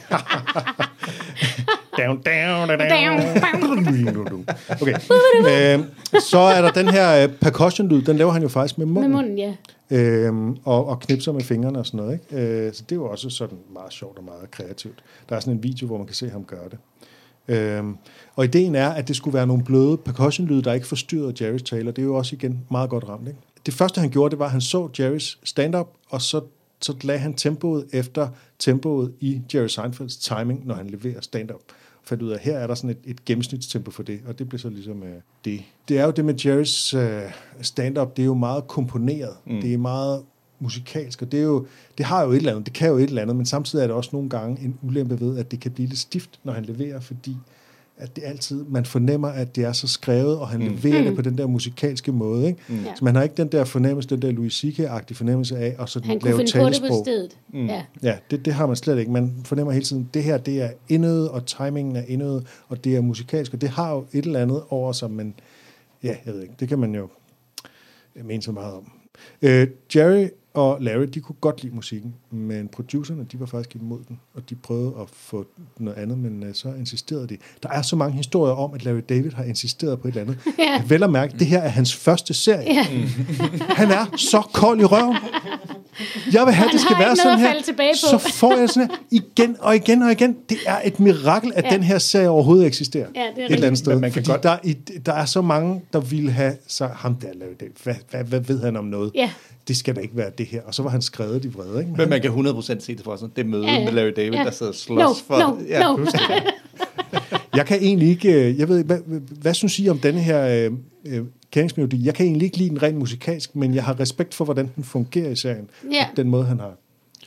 Down, down, down, down. Okay. Øh, så er der den her uh, percussion-lyd, den laver han jo faktisk med Med munden. munden, ja. Øhm, og, og knipser med fingrene og sådan noget. Ikke? Øh, så det er jo også sådan meget sjovt og meget kreativt. Der er sådan en video, hvor man kan se ham gøre det. Øhm, og ideen er, at det skulle være nogle bløde percussion-lyde, der ikke forstyrrede Jerrys taler. Det er jo også igen meget godt ramt. Ikke? Det første, han gjorde, det var, at han så Jerrys stand-up, og så, så lagde han tempoet efter tempoet i Jerry Seinfelds timing, når han leverer stand-up. Fandt ud af, her er der sådan et, et gennemsnitstempo for det, og det blev så ligesom øh, det. Det er jo det med Jerrys øh, stand-up, det er jo meget komponeret. Mm. Det er meget musikalsk, og det, er jo, det har jo et eller andet, det kan jo et eller andet, men samtidig er det også nogle gange en ulempe ved, at det kan blive lidt stift, når han leverer, fordi at det altid, man fornemmer, at det er så skrevet, og han mm. leverer mm. det på den der musikalske måde, ikke? Mm. Så man har ikke den der fornemmelse, den der Louis C K-agtige fornemmelse af, og så Han kunne lave finde på det talesprog. på stedet. Mm. Ja. Ja, det, det har man slet ikke. Man fornemmer hele tiden, det her, det er indøvet, og timingen er indøvet, og det er musikalsk, og det har jo et eller andet over sig, men ja, jeg ved ikke, det kan man jo mene så meget om. Øh, Jerry og Larry, de kunne godt lide musikken, men producerne, de var faktisk imod den, og de prøvede at få noget andet, men uh, så insisterede de. Der er så mange historier om, at Larry David har insisteret på et eller andet. Ja. Vel at mærke, det her er hans første serie. Ja. Han er så kold i røven. Jeg vil have, Han det skal har være ikke sådan noget at her. falde tilbage Så på. får jeg sådan her igen og igen og igen. Det er et mirakel, at Ja. den her serie overhovedet eksisterer. Ja, det er et eller andet rigtigt. sted. Men man kan Fordi godt- der, er i, der er så mange, der ville have sagt, ham der Larry David, hvad, hvad, hvad ved han om noget? Ja. Det skal da ikke være det her. Og så var han skrevet de vrede, ikke? Men man kan hundrede procent se det for sig. Det møde Ja, ja. med Larry David, Ja. der sidder og slås No, for... no, ja, no. Jeg kan egentlig ikke, øh, jeg ved ikke, hvad, hvad, hvad synes I om denne her øh, øh, kendingsmelodi? Jeg kan egentlig ikke lide den rent musikalsk, men jeg har respekt for, hvordan den fungerer i serien. Ja. Den måde, han har.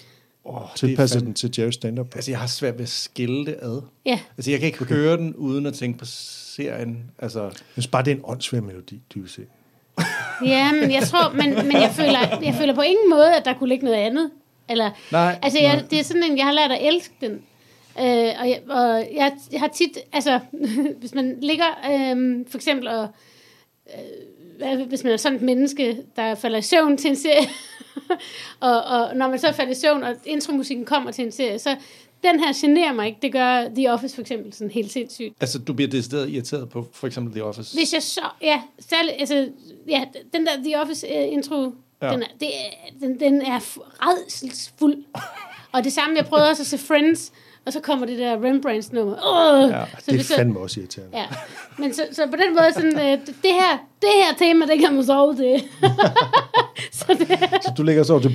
Oh, tilpasset den til Jerry stand-up. Altså, jeg har svært ved at skille det ad. Ja. Altså, jeg kan ikke okay. høre den, uden at tænke på serien. Altså... Jeg synes bare, det er en åndssvær melodi, dybest set. Ja, men jeg tror, men, men jeg, føler, jeg føler på ingen måde, at der kunne ligge noget andet. Eller, nej, altså, jeg, nej. det er sådan en, jeg har lært at elske den. Øh, og, jeg, og jeg, jeg har tit, altså, hvis man ligger, øh, for eksempel, og øh, hvis man er sådan et menneske, der falder i søvn til en serie, og, og når man så falder i søvn, og intromusikken kommer til en serie, så den her generer mig ikke. Det gør The Office for eksempel sådan helt sindssygt. Altså, du bliver decideret irriteret på for eksempel The Office? Hvis jeg så, ja, særlig, altså, ja, den der The Office uh, intro, ja. den, er, det er, den, den er rædselsfuld. Og det samme, jeg prøvede også at se Friends, og så kommer det der Rembrandts nummer. Oh! Ja, så det er så, fandme også irriterende. Ja. Men så, så på den måde, sådan, uh, det, her, det her tema, det kan man sove til. så, det, så du ligger så til...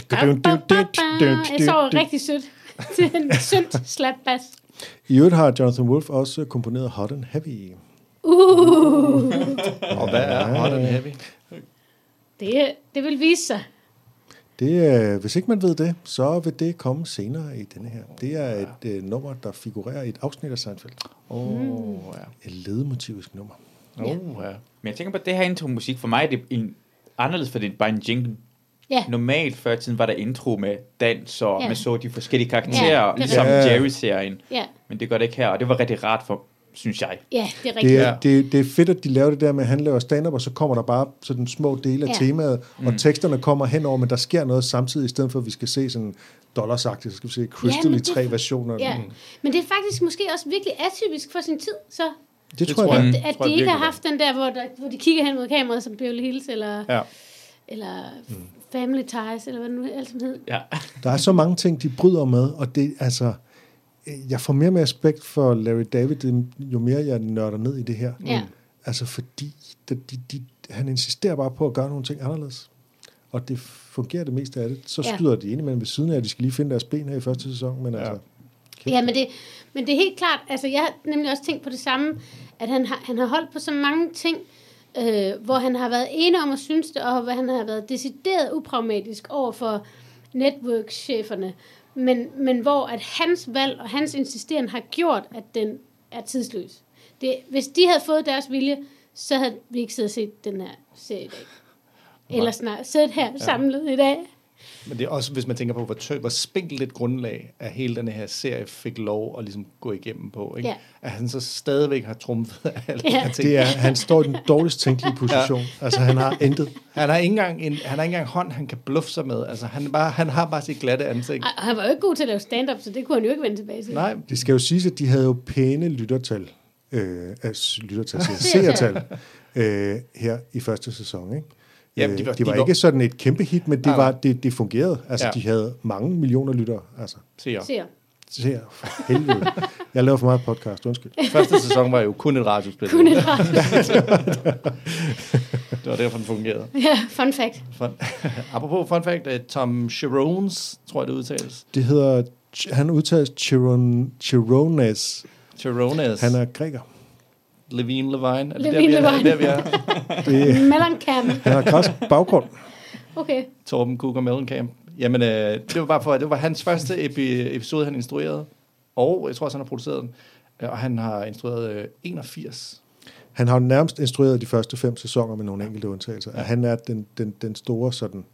Jeg sover rigtig sødt. til en syndt slap bass. I øvrigt har Jonathan Wolff også komponeret Hot and Heavy. Uh. Og hvad er Hot and Heavy? Det, det vil vise sig. Det, hvis ikke man ved det, så vil det komme senere i denne her. Det er et uh, nummer, der figurerer i et afsnit af Seinfeld. Åh, oh, ja. Et ledemotivisk nummer. Åh, oh, ja. Men jeg tænker på, at det her intro-musik, for mig er det en, anderledes, for det er bare en jingle. Ja. Normalt før i tiden var der intro med dans og ja. med så de forskellige karakterer, ja, ligesom ja. Jerry-serien. Ja. Men det gør det ikke her, og det var rigtig rart for, synes jeg. Ja, det er rigtigt. Det er, det, det er fedt, at de laver det der med, at han laver stand-up, og så kommer der bare sådan små dele af ja. temaet, og mm. teksterne kommer henover, men der sker noget samtidig, i stedet for, at vi skal se sådan dollarsagtigt, så skal vi se Crystal ja, i tre det, versioner. Ja. Mm. Men det er faktisk måske også virkelig atypisk for sin tid, så... Det, det tror jeg. jeg. At, at tror jeg de ikke har virkelig, haft den der, hvor, der, hvor de kigger hen mod kameraet, som Beverly Hills, eller... Ja. Eller mm. Family Ties, eller hvad det nu alt som hed. Ja. Der er så mange ting, de bryder med, og det altså... Jeg får mere med respekt for Larry David, jo mere jeg nørder ned i det her. Ja. Altså fordi de, de, de, han insisterer bare på at gøre nogle ting anderledes. Og det fungerer det meste af det. Så skyder ja. de ind imellem ved siden af, at de skal lige finde deres ben her i første sæson. Men ja. altså... Ja, men det, men det er helt klart, altså jeg har nemlig også tænkt på det samme, at han har, han har holdt på så mange ting, øh, hvor han har været ene om at synes det, og hvor han har været decideret upragmatisk over for network-cheferne, men, men hvor at hans valg og hans insisteren har gjort, at den er tidsløs. Det, hvis de havde fået deres vilje, så havde vi ikke siddet og set den her serie i dag. Eller snart siddet her ja. samlet i dag. Men det er også, hvis man tænker på, hvor, tø- hvor spinkelt et grundlag af hele den her serie fik lov at ligesom gå igennem på. Ikke? Ja. At han så stadigvæk har trumfet alle ja. de her ting. Det er, han står i den dårligst tænkelige position. Ja. Altså, han har intet. Han har ikke engang en, han har ikke engang hånd, han kan bluffe sig med. Altså, han, bare, han har bare sit glatte ansigt. Og han var jo ikke god til at lave stand-up, så det kunne han jo ikke vende tilbage til. Nej. Det skal jo siges, at de havde jo pæne lyttertal, øh, altså, lyttertal, seertal, øh, her i første sæson, ikke? Jamen, de var, de var de var ikke sådan et kæmpe hit, men det, nej, var, det, det fungerede. Altså, ja. de havde mange millioner lyttere. Altså, Seer. Seer. Seer, for helvede. Jeg laver for meget podcast, undskyld. Første sæson var jo kun et radiospil. Kun et radiospil. Det var derfor, den fungerede. Ja, fun fact. Fun. Apropos fun fact, Tom Chirones, tror jeg det udtales. Det hedder, han udtales Chiron, Chirones. Chirones. Han er græker. Levine Levine. Er det Levine der, vi er? Levine. Der, vi er? Det, Mellencamp. han har græsk baggrund. Okay. Torben Cougar Mellencamp. Jamen, øh, det var bare for, det var hans første epi- episode, han instruerede. Og jeg tror også, han har produceret den. Og han har instrueret øh, enogfirs. Han har nærmest instrueret de første fem sæsoner med nogle enkelte undtagelser. Ja. Han er den, den, den store sådan,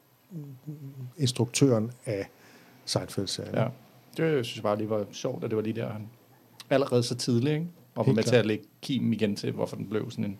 instruktøren af Seinfeld-serien. Ja. Det synes jeg bare lige var sjovt, at det var lige der, han allerede så tidligt, ikke? Og var med klart. til at lægge kimen igen til, hvorfor den blev sådan en...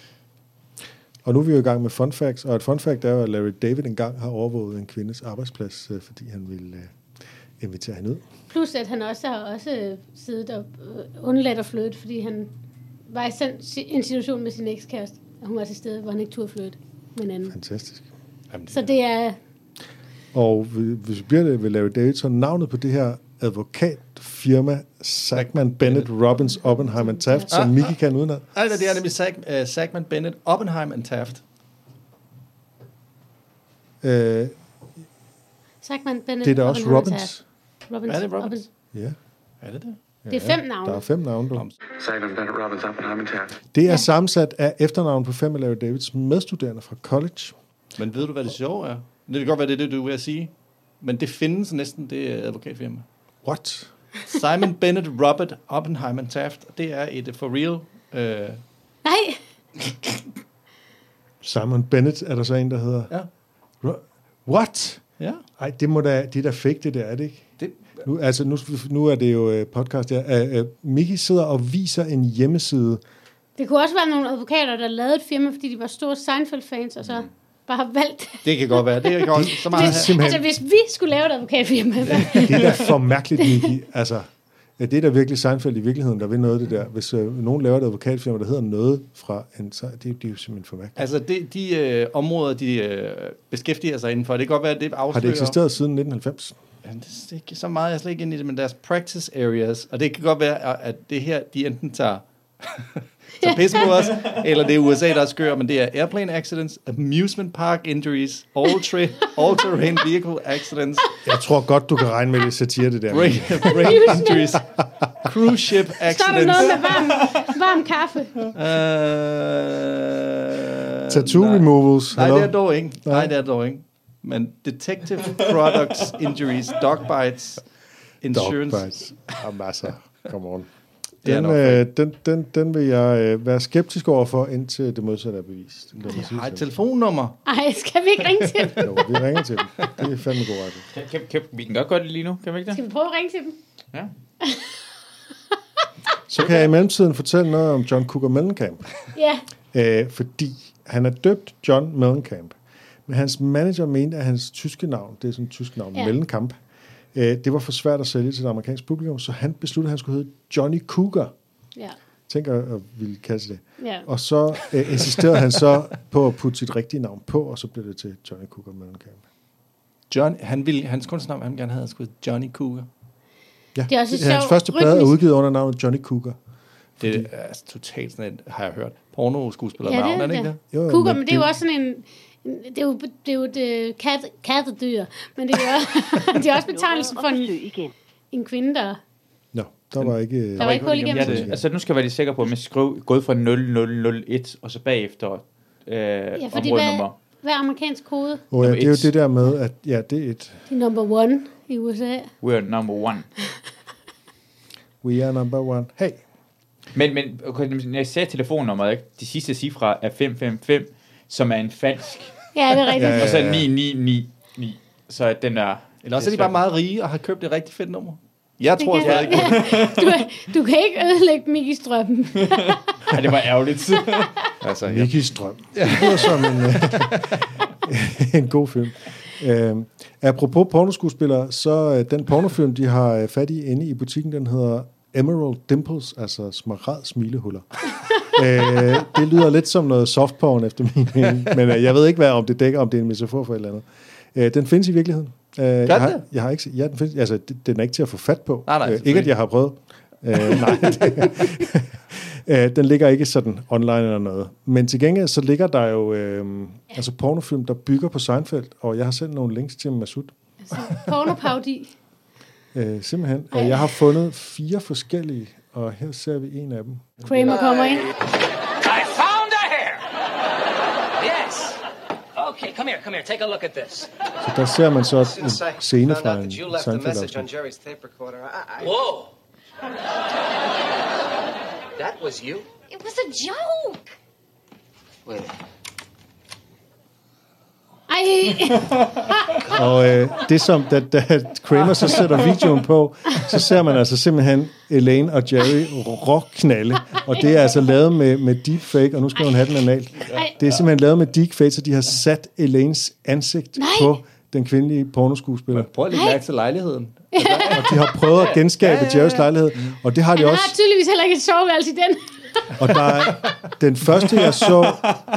Og nu er vi jo i gang med fun facts, og et fun fact er jo, at Larry David engang har overvåget en kvindes arbejdsplads, fordi han ville uh, invitere hende ud. Plus at han også har også siddet og uh, undladt at flytte, fordi han var i sådan en situation med sin ekskæreste, og hun var til stede, hvor han ikke turde flytte med en anden. Fantastisk. Jamen, Så det er... Og hvis vi bliver det ved Larry David, så navnet på det her advokatfirma, Sackman, Bennett, Robbins, Oppenheim and Taft, som Mickey kan udenad. Nej, det er nemlig Sag- uh, Sackman, Bennett, Oppenheim and Taft. Øh, Sackman, Bennett, det er da også Oppenheim, Robbins. Taft. Robbins. Er det Robbins? Ja. Er det det? Det er fem navne. Der er fem navne, du. Simon Bennett Robbins, Oppenheim and Taft. Det er Ja. sammensat af efternavn på fem af Larry Davids medstuderende fra college. Men ved du, hvad det sjove er? Det kan godt være, det er det, du er ved at sige. Men det findes næsten, det advokatfirma. What? Simon Bennett Robert Oppenheimer Taft. Det er et for real... Øh... Nej. Simon Bennett er der så en, der hedder... Ja. What? Ja. Ej, det må da, det er da fake, det der, er det ikke? Det... Nu, altså, nu, nu er det jo podcast her. Uh, uh, Mickey sidder og viser en hjemmeside. Det kunne også være nogle advokater, der lavede et firma, fordi de var store Seinfeld-fans, og så bare har valgt... Det kan godt være. Det kan også så meget hvis, simpelthen... altså, hvis vi skulle lave et advokatfirma... Det er da for mærkeligt, Mickey. Altså, ja, det er da virkelig Seinfeld i virkeligheden, der vil noget af det der. Hvis uh, nogen laver et advokatfirma, der hedder noget fra en... Så det, det er jo simpelthen for mærkeligt. Altså, det, de øh, områder, de øh, beskæftiger sig indenfor, det kan godt være, at det afslører... Har det eksisteret siden nitten halvfems? Ja, det er ikke så meget, jeg er slet ikke inde i det, men deres practice areas, og det kan godt være, at det her, de enten tager... Så pisse på os, eller det er U S A, der er skør, men det er airplane accidents, amusement park injuries, all, tra- all terrain vehicle accidents. Jeg tror godt, du kan regne med det satire, det der. Brain, brain injuries, cruise ship accidents. Så er der noget med varm, varm kaffe. Uh, Tattoo nej. removals. Nej, Hello? det er dog ikke. Nej, Nej. det er dog ikke. Men detective products injuries, dog bites, insurance. Dog bites. Jamen altså, come on. Det er Den, nok øh, den, den, den vil jeg øh, være skeptisk overfor, indtil det modsatte er bevist. Lad mig Jeg sige har et sådan. telefonnummer. Ej, skal vi ikke ringe til dem? Jo, vi ringer til dem. Det er fandme god ret. Kan, kan, kan, vi kan godt gøre det lige nu, kan vi ikke det? Skal vi prøve at ringe til dem? Ja. Så kan jeg i mellemtiden fortælle noget om John Cougar Mellencamp. Ja. Øh, fordi han er døbt John Mellencamp. Men hans manager mente, at hans tyske navn, det er sådan et tysk navn, Ja. ja. Mellencamp, øh, det var for svært at sælge til det amerikanske publikum, så han besluttede, at han skulle hedde Johnny Cougar. Ja. Tænker at ville kalde sig det. Ja. Og så øh, insisterede han så på at putte sit rigtige navn på, og så blev det til Johnny Cougar Mellencamp. John, han ville, hans kunstnavn, han gerne havde skulle Johnny Cougar. Ja, Det er også et hans sjovt første plade er rytmisk- udgivet under navnet Johnny Cougar. Det er altså, totalt sådan et, har jeg hørt, porno-skuespiller Ja, det navn, er er det ikke det. det? Jo, jo, Cougar, men men det er jo også sådan en... en- Det er jo, det er jo et øh, kat, kattedyr, men det er jo også, det er også betegnelsen for en, en kvinde, der... Nå, der var ikke... Der var ikke hul igennem. Ja, det, altså nu skal jeg være lidt sikker på, at man skriver gået fra nul nul nul et, og så bagefter øh, Ja, fordi hvad, områdenummer. hvad er amerikansk kode? Oh, ja, nummer det er jo et. det der med, at ja, det er et... Det er number one i U S A. We're number one. We are number one. Hey. Men, men okay, når jeg sagde telefonnummeret, ikke? De sidste cifre er fem fem fem, som er en falsk. Ja, det er rigtigt. Ja, ja, Og så ni ni ni ni. Så den er... Eller også er de bare meget rige og har købt et rigtig fedt nummer. Jeg tror kan- stadig ikke. Du, du kan ikke ødelægge Mickey's drøm. Ja, det var ærgerligt. Altså, ja. Mickey's drøm. Det lyder som en, øh, en god film. Øh, apropos pornoskuespillere, så øh, den pornofilm, de har øh, fat i inde i butikken, den hedder Emerald Dimples, altså smaragd smilehuller. øh, det lyder lidt som noget softporn efter min mening, men øh, jeg ved ikke, hvad, om det dækker, om det er en metafor for et eller andet. Øh, den findes i virkeligheden. Øh, jeg, har, jeg har ikke, ja, den, findes, altså, det, den er ikke til at få fat på. Nej, nej, øh, ikke, at jeg har prøvet. Øh, nej, det, øh, den ligger ikke sådan online eller noget. Men til gengæld, så ligger der jo øh, altså pornofilm, der bygger på Seinfeld, og jeg har sendt nogle links til Masud. Altså, pornopaudi. Øh, simpelthen. Og jeg har fundet fire forskellige, og her ser vi en af dem. Kramer kommer ind. I found a hair. Yes. Okay, come here, come here. Take a look at this. Så der ser man så en Since I scene found fra out en that you left a message on Seinfeld-afsnit. Jerry's tape recorder, I, I, Whoa. that was you? It was a joke. Wait. Ej, Og øh, det som, da, da Kramer så sætter videoen på, så ser man altså simpelthen Elaine og Jerry råknalde. Og det er altså lavet med, med deepfake, og nu skal hun have den analt. Det er simpelthen lavet med deepfake, så de har sat Elaines ansigt Nej. på den kvindelige pornoskuespiller. Prøv at lægge mærke til lejligheden. Og de har prøvet at genskabe Jerrys lejlighed, og det har de han også. har tydeligvis heller ikke et soveværelse i den. Og der er den første, jeg så...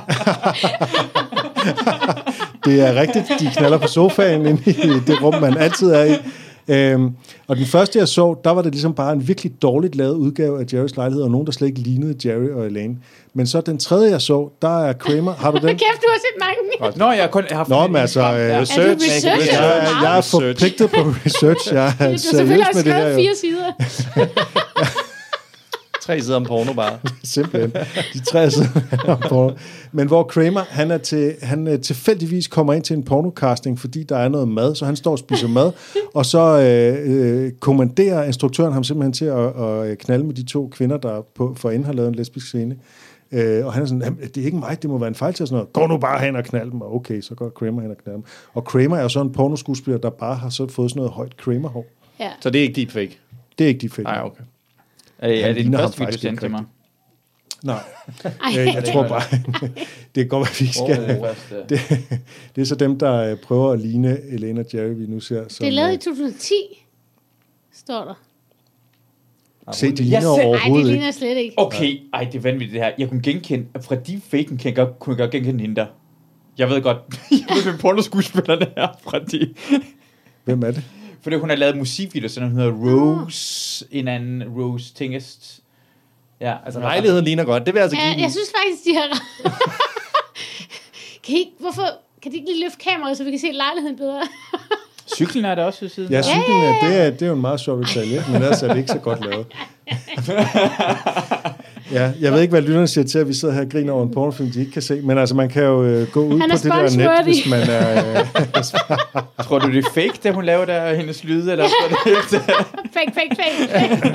Det er rigtigt, de knaller på sofaen inde i det rum, man altid er i. Øhm, og den første, jeg så, der var det ligesom bare en virkelig dårligt lavet udgave af Jerrys lejlighed, og nogen, der slet ikke lignede Jerry og Elaine. Men så den tredje, jeg så, der er Kramer. Har du den? Kæft, du har set mange. Nå, jeg har kun jeg har Nå, men altså, øh, ja. research. Er du researcher? Jeg, er- jeg er forpligtet på research. Jeg Du er har selvfølgelig seriøs også med det her. skrevet Jo. fire sider. Tre sider om porno bare. Simpelthen. De tre sider om porno. Men hvor Kramer, han, er til, han er tilfældigvis kommer ind til en pornocasting, fordi der er noget mad, så han står og spiser mad, og så øh, øh, kommanderer instruktøren ham simpelthen til at, at knalde med de to kvinder, der på, for inden har lavet en lesbisk scene. Øh, og han er sådan, det er ikke mig, det må være en fejl til sådan noget. Gå nu bare hen og knald dem. Og okay, så går Kramer hen og knald dem. Og Kramer er jo sådan en pornoskuespiller, der bare har så fået sådan noget højt Kramer-hår. Ja. Så det er ikke deepfake? Det er ikke deepfake. Nej, okay. Er, er det den første video, du sendte til mig? Nej, øh, jeg tror bare, det er godt, at vi skal. Oh, det, det er så dem, der prøver at ligne Elaine og Jerry, vi nu ser. Som, det er lavet i to tusind og ti, står der. Se, de ligner overhovedet ikke. Nej, det ligner slet ikke. Okay, ej, det er vanvittigt det her. Jeg kunne genkende, fra deepfaken kan jeg godt, kunne jeg godt genkende hende der. Jeg ved godt, jeg ved, hvem pornoskuespillerne er fra de. Hvem er det? Fordi hun har lavet musikvideoer, sådan hun hedder Rose, en anden Rose Tingest. Ja, altså lejligheden ligner godt, det vil jeg altså ja, give. Jeg synes faktisk, de har... kan I ikke, hvorfor, kan de ikke lige løfte kameraet, så vi kan se lejligheden bedre? Cyklen er der også ved siden. Ja, cyklen er, det er, det er jo en meget sjov detalje, men ellers er det ikke så godt lavet. Ja, jeg ved ikke, hvad lytterne siger til, at vi sidder her og griner over en pornofilm, de ikke kan se, men altså, man kan jo øh, gå ud på det der net, hvis man er... Øh, tror du, det er fake, det hun laver der, hendes lyde, eller tror det ikke? Fake, fake, fake.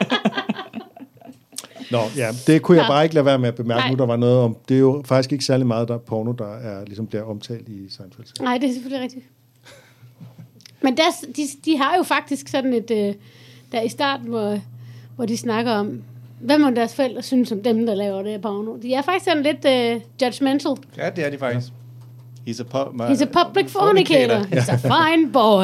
Nå, ja, det kunne jeg bare ikke lade være med at bemærke. Nej. Nu, der var noget om... Det er jo faktisk ikke særlig meget, der er porno, der er, ligesom bliver omtalt i Seinfeld. Nej, det er selvfølgelig rigtigt. Men der, de, de har jo faktisk sådan et... Øh, der i starten, hvor, hvor de snakker om, hvad må deres forældre synes om dem, der laver det her porno. De er faktisk sådan lidt øh, judgmental. Ja, det er de faktisk. He's a, pu- my, He's a public fornicator. He's a fine boy.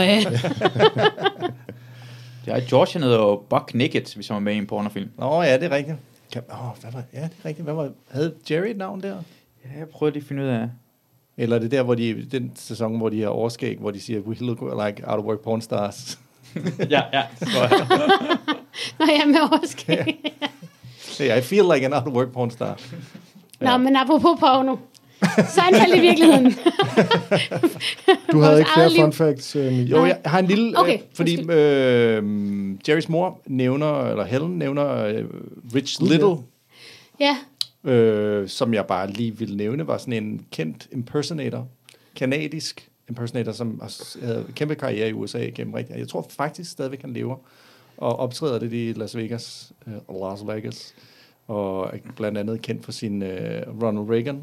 Ja, George han hedder jo Buck Naked, hvis han var med i en pornofilm. Nå ja, det er rigtigt. Åh, oh, hvad var, ja, det er rigtigt. Hvad var, havde Jerry et navn der? Ja, jeg prøvede lige at finde ud af. Eller er det der, hvor de, den sæson, hvor de har overskæg, hvor de siger, we look like out of work porn stars. ja, ja, det tror jeg. Nå, jeg er med overskæg. Yeah, I feel like an out of work porn star. Nå, ja. Men apropos porno. Seinfeld i virkeligheden. Du havde ikke flere fun facts, uh, Jo, jeg har en lille... Okay, øh, fordi øh, Jerrys mor nævner, eller Helen nævner øh, Rich Little. Ja. Øh, som jeg bare lige ville nævne, var sådan en kendt impersonator. Kanadisk impersonator, som havde kæmpe karriere i U S A gennem rigtig. Jeg tror faktisk stadigvæk, han lever. Og optræder det i Las Vegas. Øh, Las Vegas. Og blandt andet kendt for sin øh, Ronald Reagan.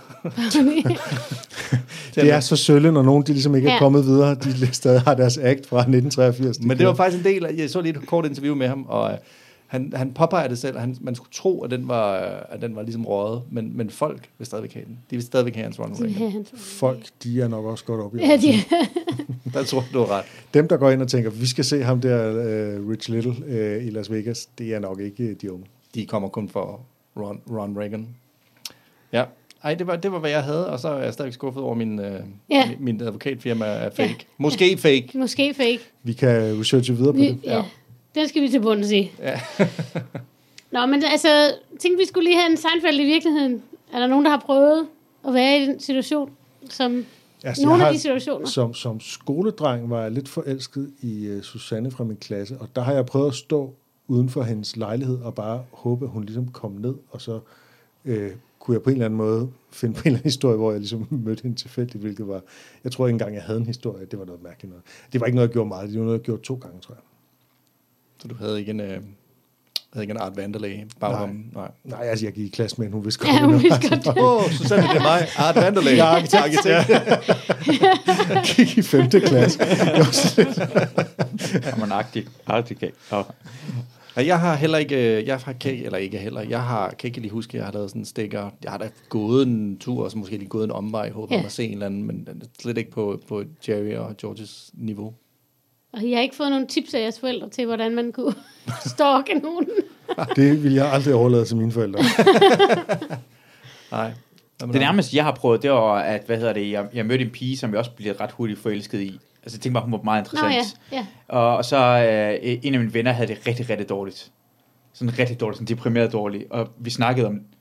Det er så sølle, når nogen de ligesom ikke er kommet videre. De stadig har deres act fra nitten treogfirs. Men det var faktisk en del af, jeg så lige et kort interview med ham, og han, han påpeger det selv, han, man skulle tro, at den var, at den var ligesom røget, men, men folk vil stadigvæk have den. De vil stadigvæk have hans Ronald Reagan. Folk, de er nok også godt op i ja, de der tror du er ret. Dem, der går ind og tænker, vi skal se ham der, uh, Rich Little, uh, i Las Vegas, det er nok ikke de unge. De kommer kun for Ron, Ron Reagan. Ja. Ej, det var, det var, hvad jeg havde, og så er jeg stadig skuffet over min, øh, ja. min, min advokatfirma er fake. Ja. Måske fake. Måske fake. Vi kan researche videre på vi, det. Ja. ja. Den skal vi til bunds i. Ja. Nå, men altså, tænkte vi skulle lige have en Seinfeld i virkeligheden. Er der nogen, der har prøvet at være i den situation, som altså, nogle af de situationer? Som, som skoledreng var jeg lidt forelsket i uh, Susanne fra min klasse, og der har jeg prøvet at stå uden for hendes lejlighed og bare håbe, at hun ligesom kom ned, og så øh, kunne jeg på en eller anden måde finde på en eller anden historie, hvor jeg ligesom mødte hende tilfældigt, hvilket var, jeg tror ikke engang, jeg havde en historie, det var noget mærkeligt noget. Det var ikke noget, jeg gjorde meget, det var noget, jeg gjorde to gange, tror jeg. Så du havde ikke en, øh, havde ikke en Art Vanderlei bagom? Nej. Nej, altså jeg gik i klasse med hende, hun vidste godt. Ja, hun vidste godt. Åh, oh, Susanne, det er mig, Art Vanderlei. Jeg er arkitekt. Jeg gik i femte klasse. Det var så lidt. Er man arkitekt? Arkitekt. Oh. Jeg har heller ikke, jeg har kan, eller ikke heller, jeg har, kan ikke lige huske, jeg har lavet sådan en stikker, jeg har da gået en tur, og så måske lige gået en omvej, håber yeah. at se en eller anden, men slet ikke på, på Jerry og Georges niveau. Og jeg har ikke fået nogle tips af jeres forældre til, hvordan man kunne stalke nogen. Det vil jeg aldrig overlade til mine forældre. Nej. Det nærmeste, jeg har prøvet, det var, at, hvad hedder det, jeg, jeg mødte en pige, som jeg også blev ret hurtigt forelsket i. Altså, jeg tænkte bare, hun var meget interessant. Nå, ja, ja. Og, og så øh, en af mine venner havde det rigtig, rigtig dårligt. Sådan rigtig dårligt, sådan deprimeret dårligt. Og vi snakkede om,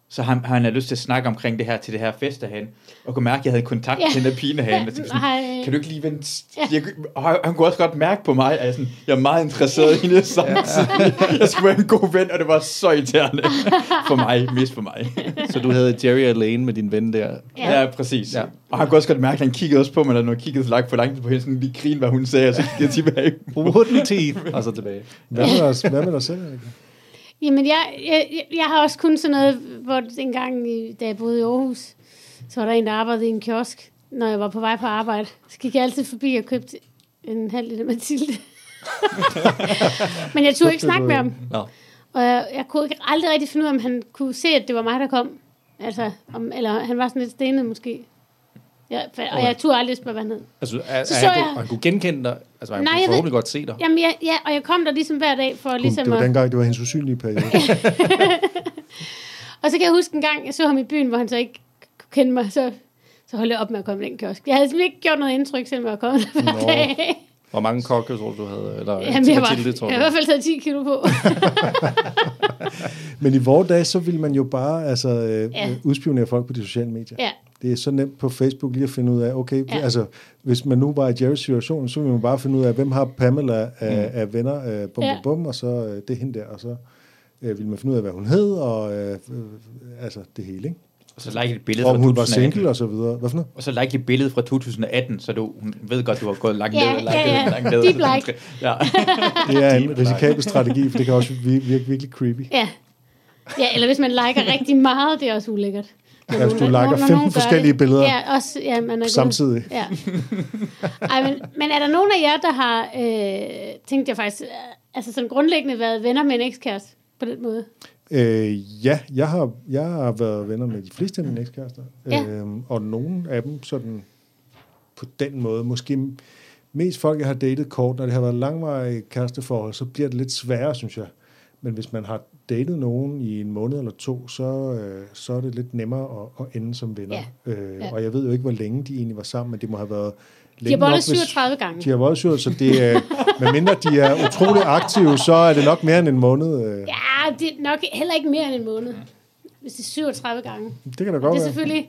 Så han, han havde lyst til at snakke omkring det her til det her fest derhen, og kunne mærke, at jeg havde kontakt Ja. til den der pige derhen. Og så sådan, Nej. kan du ikke lige vente? Jeg, og han, han kunne også godt mærke på mig, at jeg, sådan, jeg er meget interesseret i det samtidig. Jeg skulle være en god ven, og det var så irriterende for mig, mest for mig. Så du havde Jerry alene med din ven der. Ja, ja præcis. Ja. Og han kunne også godt mærke, at han kiggede også på mig, når han kiggede så langt for langt på hende, sådan lige grine, hvad hun sagde, og så kiggede jeg tilbage. Wooden teeth. Og så tilbage. Hvad med dig, hvad med dig selv, Annika? Jamen, jeg, jeg, jeg har også kun sådan noget, hvor en gang, i- da jeg boede i Aarhus, så var der en, der arbejdede i en kiosk, når jeg var på vej på arbejde. Så gik jeg altid forbi og købte en halv liter Mathilde. Men jeg turde ikke snakke med ham. Nå. Og jeg, jeg kunne ikke aldrig rigtig finde ud af, om han kunne se, at det var mig, der kom. Altså, om, eller han var sådan lidt stenet måske. Ja, for, og jeg turde aldrig spørge, hvad han hed. Altså, er, Så er så han, jeg- kunne, han kunne genkende dig? Altså, han Nej, kunne jeg ved- forhåbentlig godt se dig. Jamen, ja, ja, og jeg kom der ligesom hver dag for ligesom Det var at... dengang, det var hendes usynlige periode. Og så kan jeg huske en gang, jeg så ham i byen, hvor han så ikke kunne kende mig, så, så holdt jeg op med at komme i den kiosk. Jeg havde simpelthen ikke gjort noget indtryk, selvom jeg var kommet der hver Nå. dag. Hvor mange kokke, tror du, du havde? Eller Jamen, jeg, var, Mathilde, jeg tror har i du? hvert fald taget ti kilo på. Men i vores dage, så ville man jo bare altså, øh, Ja. ja. udspionere folk på de sociale medier. Ja. Det er så nemt på Facebook lige at finde ud af, okay, Ja. ja. altså, hvis man nu var i Jerrys situation, så ville man bare finde ud af, hvem har Pamela af, mm. af venner, øh, bum, Ja. ja. bum, bum, og så øh, det er hende der, og så øh, ville man finde ud af, hvad hun hed, og øh, øh, altså det hele, ikke? Og så like et billede Og fra hun var to tusind atten. single, og så videre. Hvad for noget? Og så like et billede fra to tusind atten, så du hun ved godt, du har gået langt Ja, ned. ja, ja. Langt ned. Deep like. Ja. Det er en risikabel strategi, for det kan også virke virkelig, virkelig creepy. Ja. Ja, eller hvis man liker rigtig meget, det er også ulækkert. Når Ja, hvis nogen- du liker når- når femten nogen gør forskellige det. billeder Ja, også, ja, man er gået- samtidig. Ja. Ej, men, men er der nogen af jer, der har, øh, tænkt jeg faktisk, øh, altså sådan grundlæggende været venner med en ekskæreste på den måde? Øh, ja, jeg har, jeg har været venner med de fleste af mine ekskærester. Ja. Øhm, og nogle af dem sådan på den måde. Måske mest folk, jeg har datet kort, når det har været langvarige kæresteforhold, så bliver det lidt sværere, synes jeg. Men hvis man har datet nogen i en måned eller to, så, øh, så er det lidt nemmere at, at ende som venner. Ja. Øh, Ja. Og jeg ved jo ikke, hvor længe de egentlig var sammen, men det må have været De længe har bollet nok, hvis- syvogtredive gange. De har voldt syvogtredive, så det er, medmindre de er utrolig aktive, så er det nok mere end en måned. Øh. Ja, det er nok heller ikke mere end en måned. Hvis det er syvogtredive gange. Det kan da godt Det er være. selvfølgelig...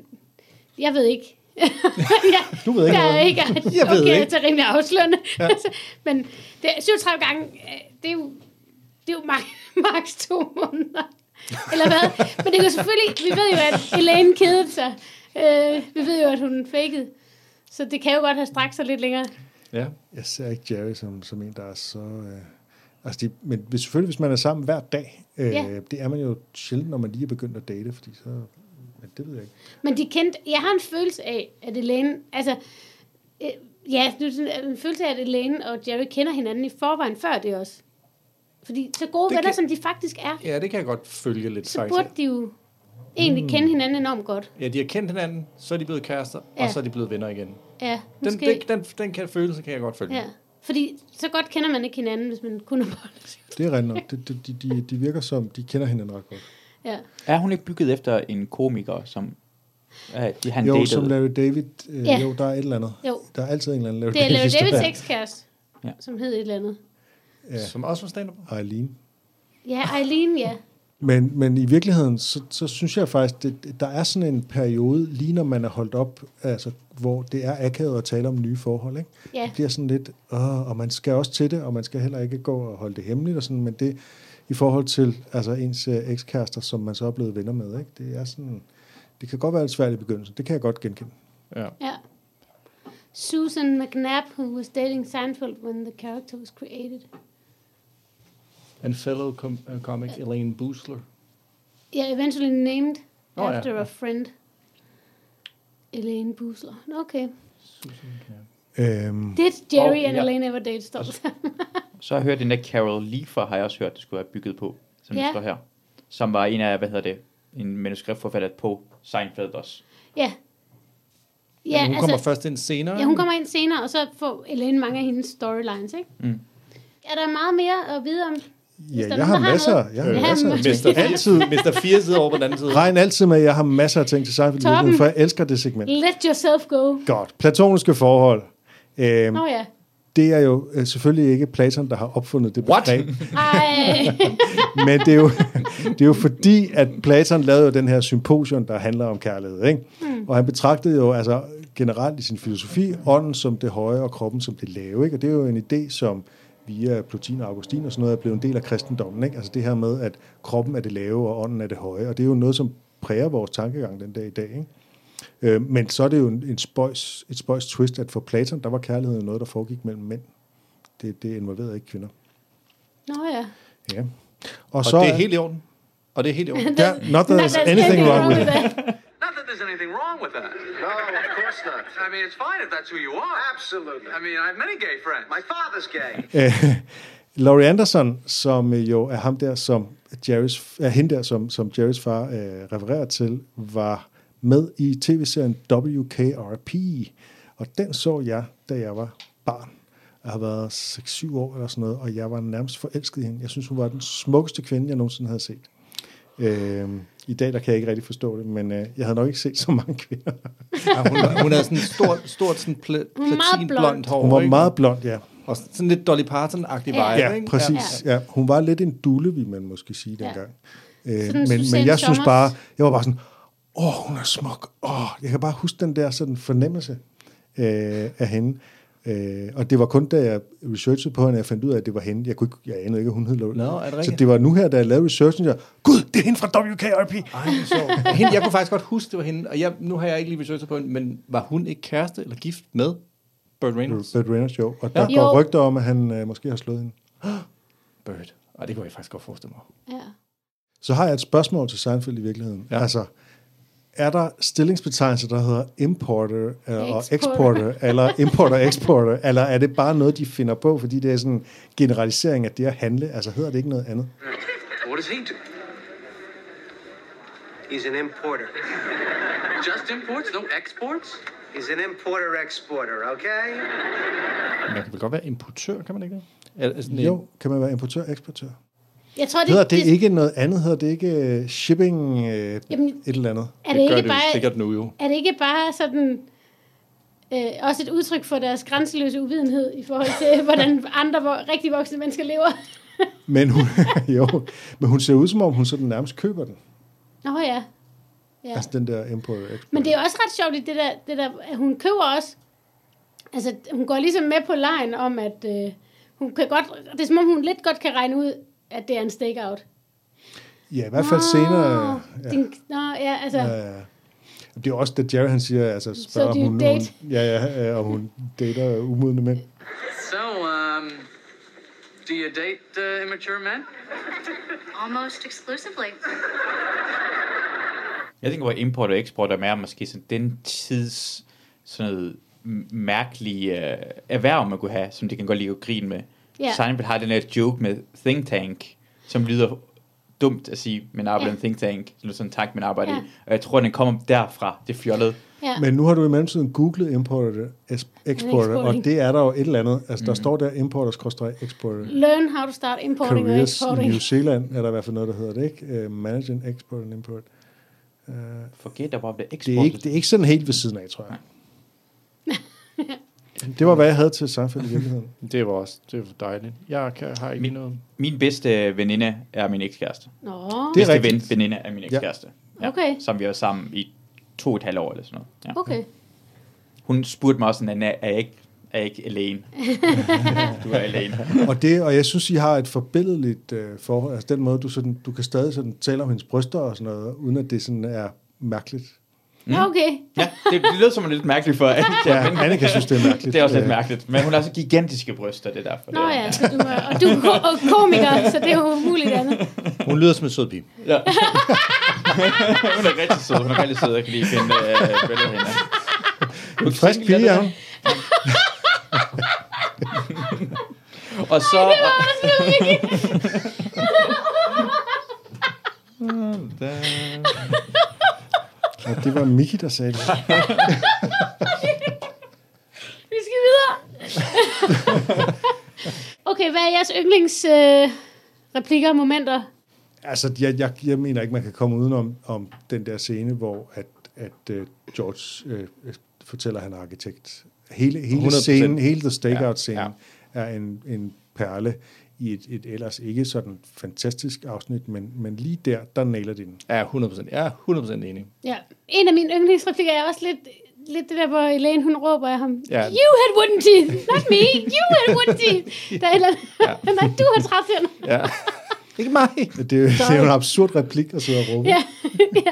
Jeg ved ikke. ja, Du ved ikke jeg noget. er ikke. Jeg okay, ved ikke. jeg tager rimelig afslørende. Ja. Men det er syvogtredive gange, øh, det er jo, det er jo max, max to måneder. Eller hvad? Men det er jo selvfølgelig... Vi ved jo, at Elaine kedede sig. Øh, vi ved jo, at hun fakede. Så det kan jo godt have strakt sig lidt længere. Ja. Jeg ser ikke Jerry som, som en, der er så... Øh, altså de, men hvis, selvfølgelig, hvis man er sammen hver dag, øh, Ja. det er man jo sjældent, når man lige er begyndt at date, fordi så... Men det ved jeg ikke. Men de kendte... Jeg har en følelse af, at Elaine... Altså... Øh, ja, det er sådan en følelse af, at Elaine og Jerry kender hinanden i forvejen før det også. Fordi så gode Det venner, kan- som de faktisk er, Ja, det kan jeg godt følge lidt, så faktisk. burde de jo egentlig kende hinanden enormt godt. Ja, de har kendt hinanden, så er de blevet kærester, Ja. og så er de blevet venner igen. Ja, Den, måske. den, den, den kan, følelse kan jeg godt følge. Ja, fordi så godt kender man ikke hinanden, hvis man kun har bollet. Det er rent nok. De, de, de, de, de virker som, de kender hinanden ret godt. Ja. Er hun ikke bygget efter en komiker, som uh, de, han Jo, datede? som Larry David. Øh, Ja. Jo, der er et eller andet. Jo. Der er altid en eller anden Larry Det er Larry David-historie. Davids ekskæreste, Ja. som hed et eller andet. Ja. Som også var stand-up. Eileen. Ja, Eileen, ja. Men, men i virkeligheden, så, så synes jeg faktisk, det, der er sådan en periode, lige når man er holdt op, altså, hvor det er akavet at tale om nye forhold. Ikke? Ja. Det bliver sådan lidt, åh, og man skal også til det, og man skal heller ikke gå og holde det hemmeligt, og sådan, men det i forhold til altså, ens øh, ekskærester, som man så er blevet venner med, ikke? Det er sådan, det kan godt være lidt svært i begyndelsen. Det kan jeg godt genkende. Ja. Ja. Susan McNabb, who was dating Seinfeld when the character was created. And fellow com- uh, comic Elaine Boosler. Yeah, eventually named Oh, ja, after ja. a friend. Elaine Boosler. Okay. Øhm, Did Jerry Og- and ja. Elaine ever date? Står der så. Så har jeg hørt den der Carol Leifer, har jeg også hørt, det skulle være bygget på, som Ja. det står her. Som var en af, hvad hedder det, en manuskriptforfatter på Seinfeld også. Ja. Ja, hun kommer først ind senere. Ja, hun kommer ind senere, og så får Elaine mange af hendes storylines, ikke? Mm. Er der meget mere at vide om? ja, der er jeg nogen, har der har masser. noget? Jeg har Ja, masser af men- ting. Mister Altid. Mister fire sidder over på den anden side. Regn altid med, at jeg har masser af ting til Seinfeld, i Toppen. virkeligheden, for jeg elsker det segment. Let yourself go. Godt. Platoniske forhold. Øhm, Nå ja. Det er jo øh, selvfølgelig ikke Platon, der har opfundet det What? begreb. Ej. Men det er, jo, det er jo fordi, at Platon lavede jo den her symposium, der handler om kærlighed. Ikke? Mm. Og han betragtede jo altså, generelt i sin filosofi ånden som det høje og kroppen som det lave. Ikke? Og det er jo en idé, som via Plotin og Augustin og sådan noget er blevet en del af kristendommen. Ikke? Altså det her med, at kroppen er det lave og ånden er det høje. Og det er jo noget, som præger vores tankegang den dag i dag. Ikke? Øh, men så er det jo en, en spøjs, et spøjs twist, at for Platon, der var kærligheden noget, der foregik mellem mænd. Det, det involverede ikke kvinder. Nå ja. Ja. Og, Og så det er helt i orden. Og det er helt i orden. Ja, not that there's anything wrong with it. Not that there's anything wrong with that. No, of course not. I mean, it's fine if that's who you are. Absolutely. I mean, I have many gay friends. My father's gay. Øh, Laurie Anderson, som jo er ham der, som Jerrys, er hende der, som, som Jerrys far øh, refererer til, var med i tv-serien W K R P. Og den så jeg, da jeg var barn. Jeg har været seks syv år eller sådan noget, og jeg var nærmest forelsket i hende. Jeg synes, hun var den smukkeste kvinde, jeg nogensinde havde set. Øh, I dag der kan jeg ikke rigtig forstå det, men øh, jeg havde nok ikke set så mange kvinder. Ja, hun, hun havde sådan stort, stort sådan pl- platinblondt hår. Hun var ikke? meget blond, ja. Og sådan lidt Dolly Parton-agtig vibe, Ja, ikke? præcis. Ja. Ja. Hun var lidt en dulle, vil man måske sige dengang. Ja. Øh, men, men jeg synes bare, jeg var bare sådan, åh, hun er smuk. Åh, jeg kan bare huske den der sådan fornemmelse øh, af hende. Øh, og det var kun, da jeg researchede på hende, jeg fandt ud af, at det var hende. Jeg, kunne ikke, jeg anede ikke, at hun hed Laurie. Nå, er det så rigtigt? det var nu her, da jeg lavede researchen, jeg gud, det er hende fra W K R P. Ej, så. Hende, jeg kunne faktisk godt huske, det var hende. Og jeg, nu har jeg ikke lige researchet på hende, men var hun ikke kæreste eller gift med Burt Reynolds? Burt Reynolds, jo. Og der Ja. går Jo. rygter om, at han øh, måske har slået hende. Burt. Og det kunne jeg faktisk godt forestille mig. Ja. Så har jeg et spørgsmål til Seinfeld i virkeligheden. Ja. Altså, er der stillingsbetegnelser, der hedder importer øh, og Exporter. exporter, eller importer og exporter, eller er det bare noget, de finder på, fordi det er sådan en generalisering af det at handle? Altså, hedder det ikke noget andet? What does he do? He's an importer. Just imports, no exports? He's an importer-exporter, okay? Man kan vel godt være importør, kan man ikke det? Er, sådan en- Jo, kan man være importør og eksportør? Jeg tror, det, Hedder det ikke noget andet? Hedder det ikke uh, shipping uh, et Jamen, eller andet? er det, Det gør ikke det jo bare, sikkert nu jo. er det ikke bare sådan øh, også et udtryk for deres grænseløse uvidenhed i forhold til, hvordan andre vo- rigtig voksne mennesker lever? Men hun, jo, men hun ser ud som om, hun sådan nærmest køber den. Nå ja. ja. Altså den der importer og exporter. Men det er også ret sjovt i det der, det der, at hun køber også, altså hun går ligesom med på lejen om, at øh, hun kan godt, det er som om hun lidt godt kan regne ud, at det er en stakeout. Ja, i hvert fald senere. Ja. Din, nå, ja, altså. Ja, ja. Det er jo også, det Jerry han siger, altså spørger So do you hun, date? hun, ja, ja, ja, om hun dater umodne mænd. So, um, do you date uh, immature men? Almost exclusively. Jeg tænker, at import og eksport er mere måske sådan den tids sådan noget m- mærkelige uh, erhverv, man kunne have, som det kan godt lide at grine med. Ja. Yeah. Seinfeld har den her joke med think tank, som lyder dumt at sige, men arbejder i Ja. en think tank, som er sådan en tank, man arbejder Ja. i. Og jeg tror, den kommer derfra, det fjollede. Ja. Men nu har du i mellemtiden googlet importer es- exporter, og det er der jo et eller andet. Altså, der Mm. står der importer-exporter. Learn how to start importing and Careers i exporting. New Zealand er der i hvert fald noget, der hedder det, ikke? Uh, managing export and import. Uh, Forget about the export. det, er ikke, det er ikke sådan helt ved siden af, tror jeg. Det var, hvad jeg havde til Seinfeld i virkeligheden. Det var også det var dejligt. Jeg kan, har ikke Min- noget. Min bedste veninde er min ekskæreste. Nå, Det er Bedste rigtigt. ven, veninde er min ekskæreste. Ja. Okay. Som vi var sammen i to og et halvt år eller sådan noget. Ja. okay. Hun spurgte mig også sådan, er jeg ikke, er jeg ikke alene? Du er alene. Og, det, og jeg synes, I har et forbilledeligt øh, forhold. Altså den måde, du, sådan, du kan stadig sådan tale om hendes bryster og sådan noget, uden at det sådan er mærkeligt. Mm. Okay. Ja, det, det lyder som lidt mærkeligt for Annika. Ja, men Annika synes, det er mærkeligt. det er også lidt Øh, mærkeligt. Men hun har så gigantiske bryster, det er derfor. Nå det er. ja, så du er, og du er ko- og komiker, så det er jo muligt andet. Hun lyder som en sød pige. Ja. Hun er rigtig sød. Hun er rigtig sød. Jeg kan lige finde uh, billedet af hende. En frisk pige, ja. Og så... Ja, det var Mickey, der sagde det. Vi skal videre. Okay, hvad er jeres yndlings øh, replikker og momenter? Altså, jeg, jeg, jeg mener ikke, man kan komme udenom om den der scene, hvor at, at uh, George uh, fortæller, at han er arkitekt. Hele, hele hundrede procent. scenen, hele The Stakeout-scenen Ja, ja, ja. er en, en perle i et, et ellers ikke sådan fantastisk afsnit, men, men lige der, der nailer de den. Ja, hundrede procent. Jeg er hundrede procent enig. Ja. En af mine yndlingsreplikker er også lidt, lidt det der, hvor Elaine, hun råber af ham. Ja. You had wooden teeth, not me. You had wooden teeth. Der er et eller andet. Ja. Nej, du har trætænder. Ja. Ikke mig. Det er, jo, det er jo en absurd replik at sidde og råbe. Ja. Ja.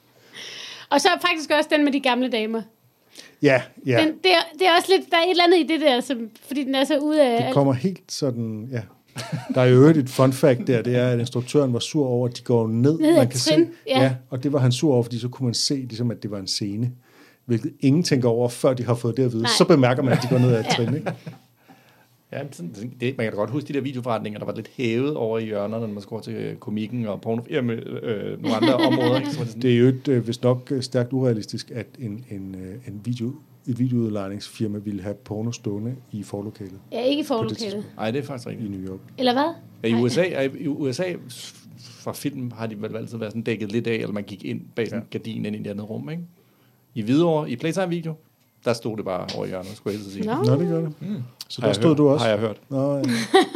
Og så faktisk også den med de gamle damer. Ja, ja. Den, det, er, det er også lidt, der er et eller andet i det der, som, fordi den er så ude af... Det kommer helt sådan, ja. Der er jo et fun fact der, det er, at instruktøren var sur over, at de går ned. Ned ad man kan trin, se, ja. ja. Og det var han sur over, fordi så kunne man se, ligesom, at det var en scene. Hvilket ingen tænker over, før de har fået det at vide. Nej. Så bemærker man, at de går ned ad et Ja. trin, ikke? Ja, sådan, det, man kan da godt huske de der videoforretninger, der var lidt hævet over i hjørnerne, når man skulle over til komikken og porno, ja, med, øh, nogle andre områder. Ikke? Så var det, sådan, Det er jo et, øh, vist nok øh, stærkt urealistisk, at en, en, øh, en video, et videoudlejningsfirma ville have porno stående i forlokalet. Ja, ikke i på det forlokalet. tidspunkt nej, det er faktisk i rigtigt. New York. Eller hvad? Ja, i Nej. U S A, ja, i U S A fra film har de vel altid været sådan dækket lidt af, eller man gik ind bag sådan en gardin ind i et andet rum, ikke? I Hvidovre, i Playtime-video, der stod det bare over i hjørnet, skulle jeg helst sige. Nå. Nå, det gør det. Mm. Så Har der jeg stod hørt, du også. Har jeg hørt. Nå, ja.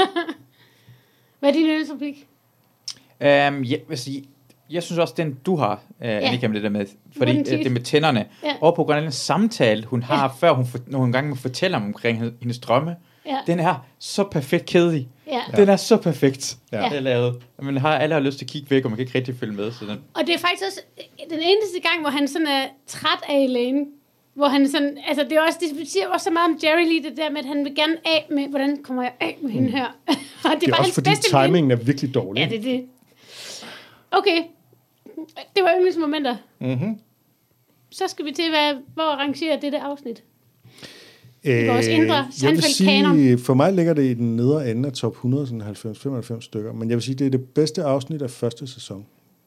Hvad er din yndlingsreplik? Um, ja, altså, jeg synes også, den du har, uh, Annika, med det der med, fordi Wooden uh, teeth. det med tænderne, Ja. og på grund af den samtale, hun har, ja. før hun for, nogle gange fortæller om omkring hendes drømme, Ja. den er så perfekt kedelig. Ja. Den er så perfekt, Ja. ja. det er lavet. Man har, alle har lyst til at kigge væk, og man kan ikke rigtig følge med. Så den, Og det er faktisk også den eneste gang, hvor han sådan er træt af Elaine. Hvor han sådan, altså det er også, det siger også så meget om Jerry lige det der med, at han vil gerne af med, hvordan kommer jeg af med hende her? Og det, Det er var også hans fordi bedste ven. timingen er virkelig dårlig. Ja, det er det. Okay. Det var yndlingsmomenter. Mm-hmm. Så skal vi til, hvad, hvor rangerer dette afsnit? Øh, vores indre jeg vil Seinfeld-kanon. sige, for mig ligger det i den nedre ende af top hundrede, sådan halvfems til femoghalvfems stykker. Men jeg vil sige, det er det bedste afsnit af første sæson.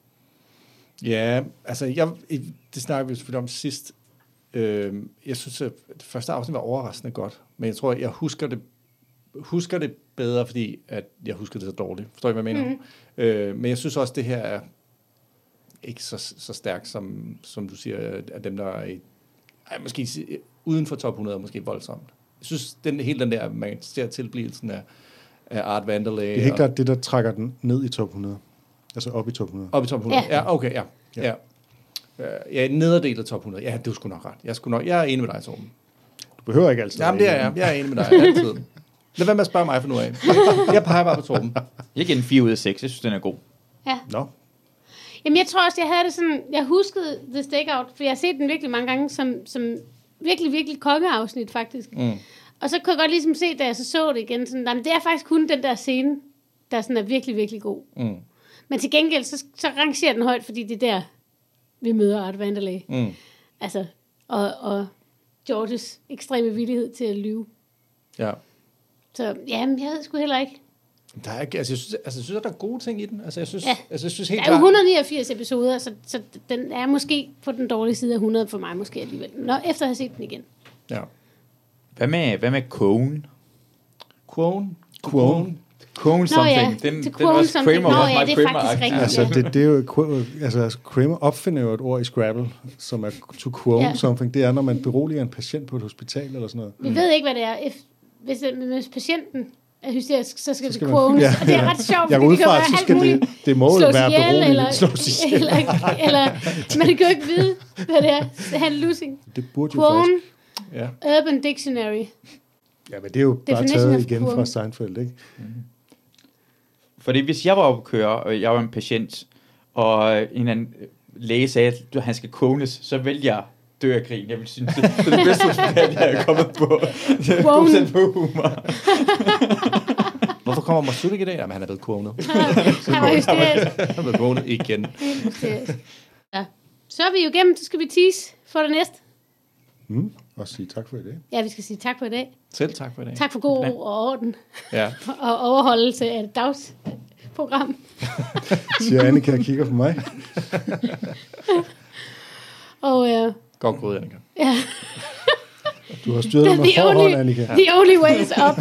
Ja, altså, jeg, det snakker vi selvfølgelig om sidst. Øh, jeg synes, at det første afsnit var overraskende godt, men jeg tror, jeg husker det, husker det bedre, fordi at jeg husker det så dårligt. Forstår I, hvad jeg mener? Mm. Øh, men jeg synes også, det her er ikke så, så stærkt, som, som du siger, af dem, der er i, ej, måske uden for top hundrede, måske voldsomt. Jeg synes, den, hele den der, man ser tilblivelsen af, af Art Vanderlei. Det er helt klart det, der trækker den ned i top hundrede. Altså op i top hundrede. Op i top hundrede. Ja. Ja, okay, ja. Ja. Ja, ja nederdel af top hundrede. Ja, det er sgu nok ret. Jeg, sgu nok, jeg er enig med dig, Torben. Du behøver ikke altid. Jamen, det er jeg. Jeg er enig med dig altid. Lad være med at spørge mig for nu af. Jeg peger bare på Torben. jeg giver den fire ud af seks. Jeg synes, den er god. Ja. Nå. Jamen, jeg tror også, jeg havde det sådan, jeg huskede The Stakeout, for jeg har set den virkelig mange gange, som, som virkelig, virkelig kongeafsnit, faktisk. Mm. Og så kunne jeg godt ligesom se, da jeg så så det igen, sådan, jamen, det er faktisk kun den der scene, der sådan er virkelig, virkelig god. Mm. Men til gengæld, så, så rangerer den højt, fordi det er der, vi møder Art Vanderlei. Mm. Altså, og, og Georges ekstreme villighed til at lyve. Ja. Så jamen, jeg ved sgu heller ikke. Der er, altså, jeg synes, altså, jeg synes, at der er gode ting i den. Altså, jeg synes, Ja. altså, jeg synes helt Der er jo et klart... hundrede og niogfirs episoder, så, så den er måske på den dårlige side af hundrede for mig måske alligevel. Nå, efter at have set den igen. Ja. Hvad med, hvad med Cone? Quone. Quone. Cone Nå something. ja, den, til den Quone var også something. Kramer. Nå var ja, meget det er faktisk Kramer-agtig. rigtigt. Altså, Ja. det, det er jo, qu- altså, Kramer opfinder jo et ord i Scrabble, som er to quone Ja. something. Det er, når man beroliger en patient på et hospital eller sådan noget. Vi ved ikke, hvad det er. If, hvis, hvis patienten er hysterisk, så skal, Så skal det man- quones. ja, Og det er ja. ret sjovt, Jeg fordi går ud det kan fra, være at så alt skal muligt. det, det må jo Slås være ihjel, beroligende. eller, Slås ihjel. eller, eller, man kan jo ikke vide, hvad det er. Han losing. Det burde jo Quone, faktisk. Ja. Urban Dictionary. Ja, men det er jo bare Definition taget of igen quone. fra Seinfeld, ikke? Fordi hvis jeg var oppe at køre, og jeg var en patient, og en eller anden læge sagde, at han skal kones, så vælger jeg dø af grin. Jeg vil synes, det er det bedste hospital, jeg er kommet på. Det er Quone. procent på humor. Hvorfor kommer Masud ikke i dag? Jamen, han er blevet quonet. Han var hysterisk. Han er blevet quonet igen. Hysterisk. Ja. Så er vi jo igennem, så skal vi tease for det næste. Mm. Og sige tak for i dag. Ja, vi skal sige tak for i dag. Selv tak for i dag. Tak for god ro og orden. Ja. Og overholdelse af et dagsprogram. Siger Annika og kigger på mig. Og øh, Godt gået, Annika. ja, Du har styret dig med The hård only- hånd, Annika. the only way is up.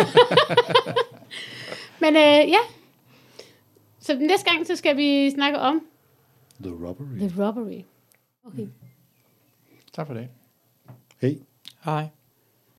Men øh, ja. Så næste gang, så skal vi snakke om The Robbery. The Robbery. Okay. Tak for det. Hey. Hej.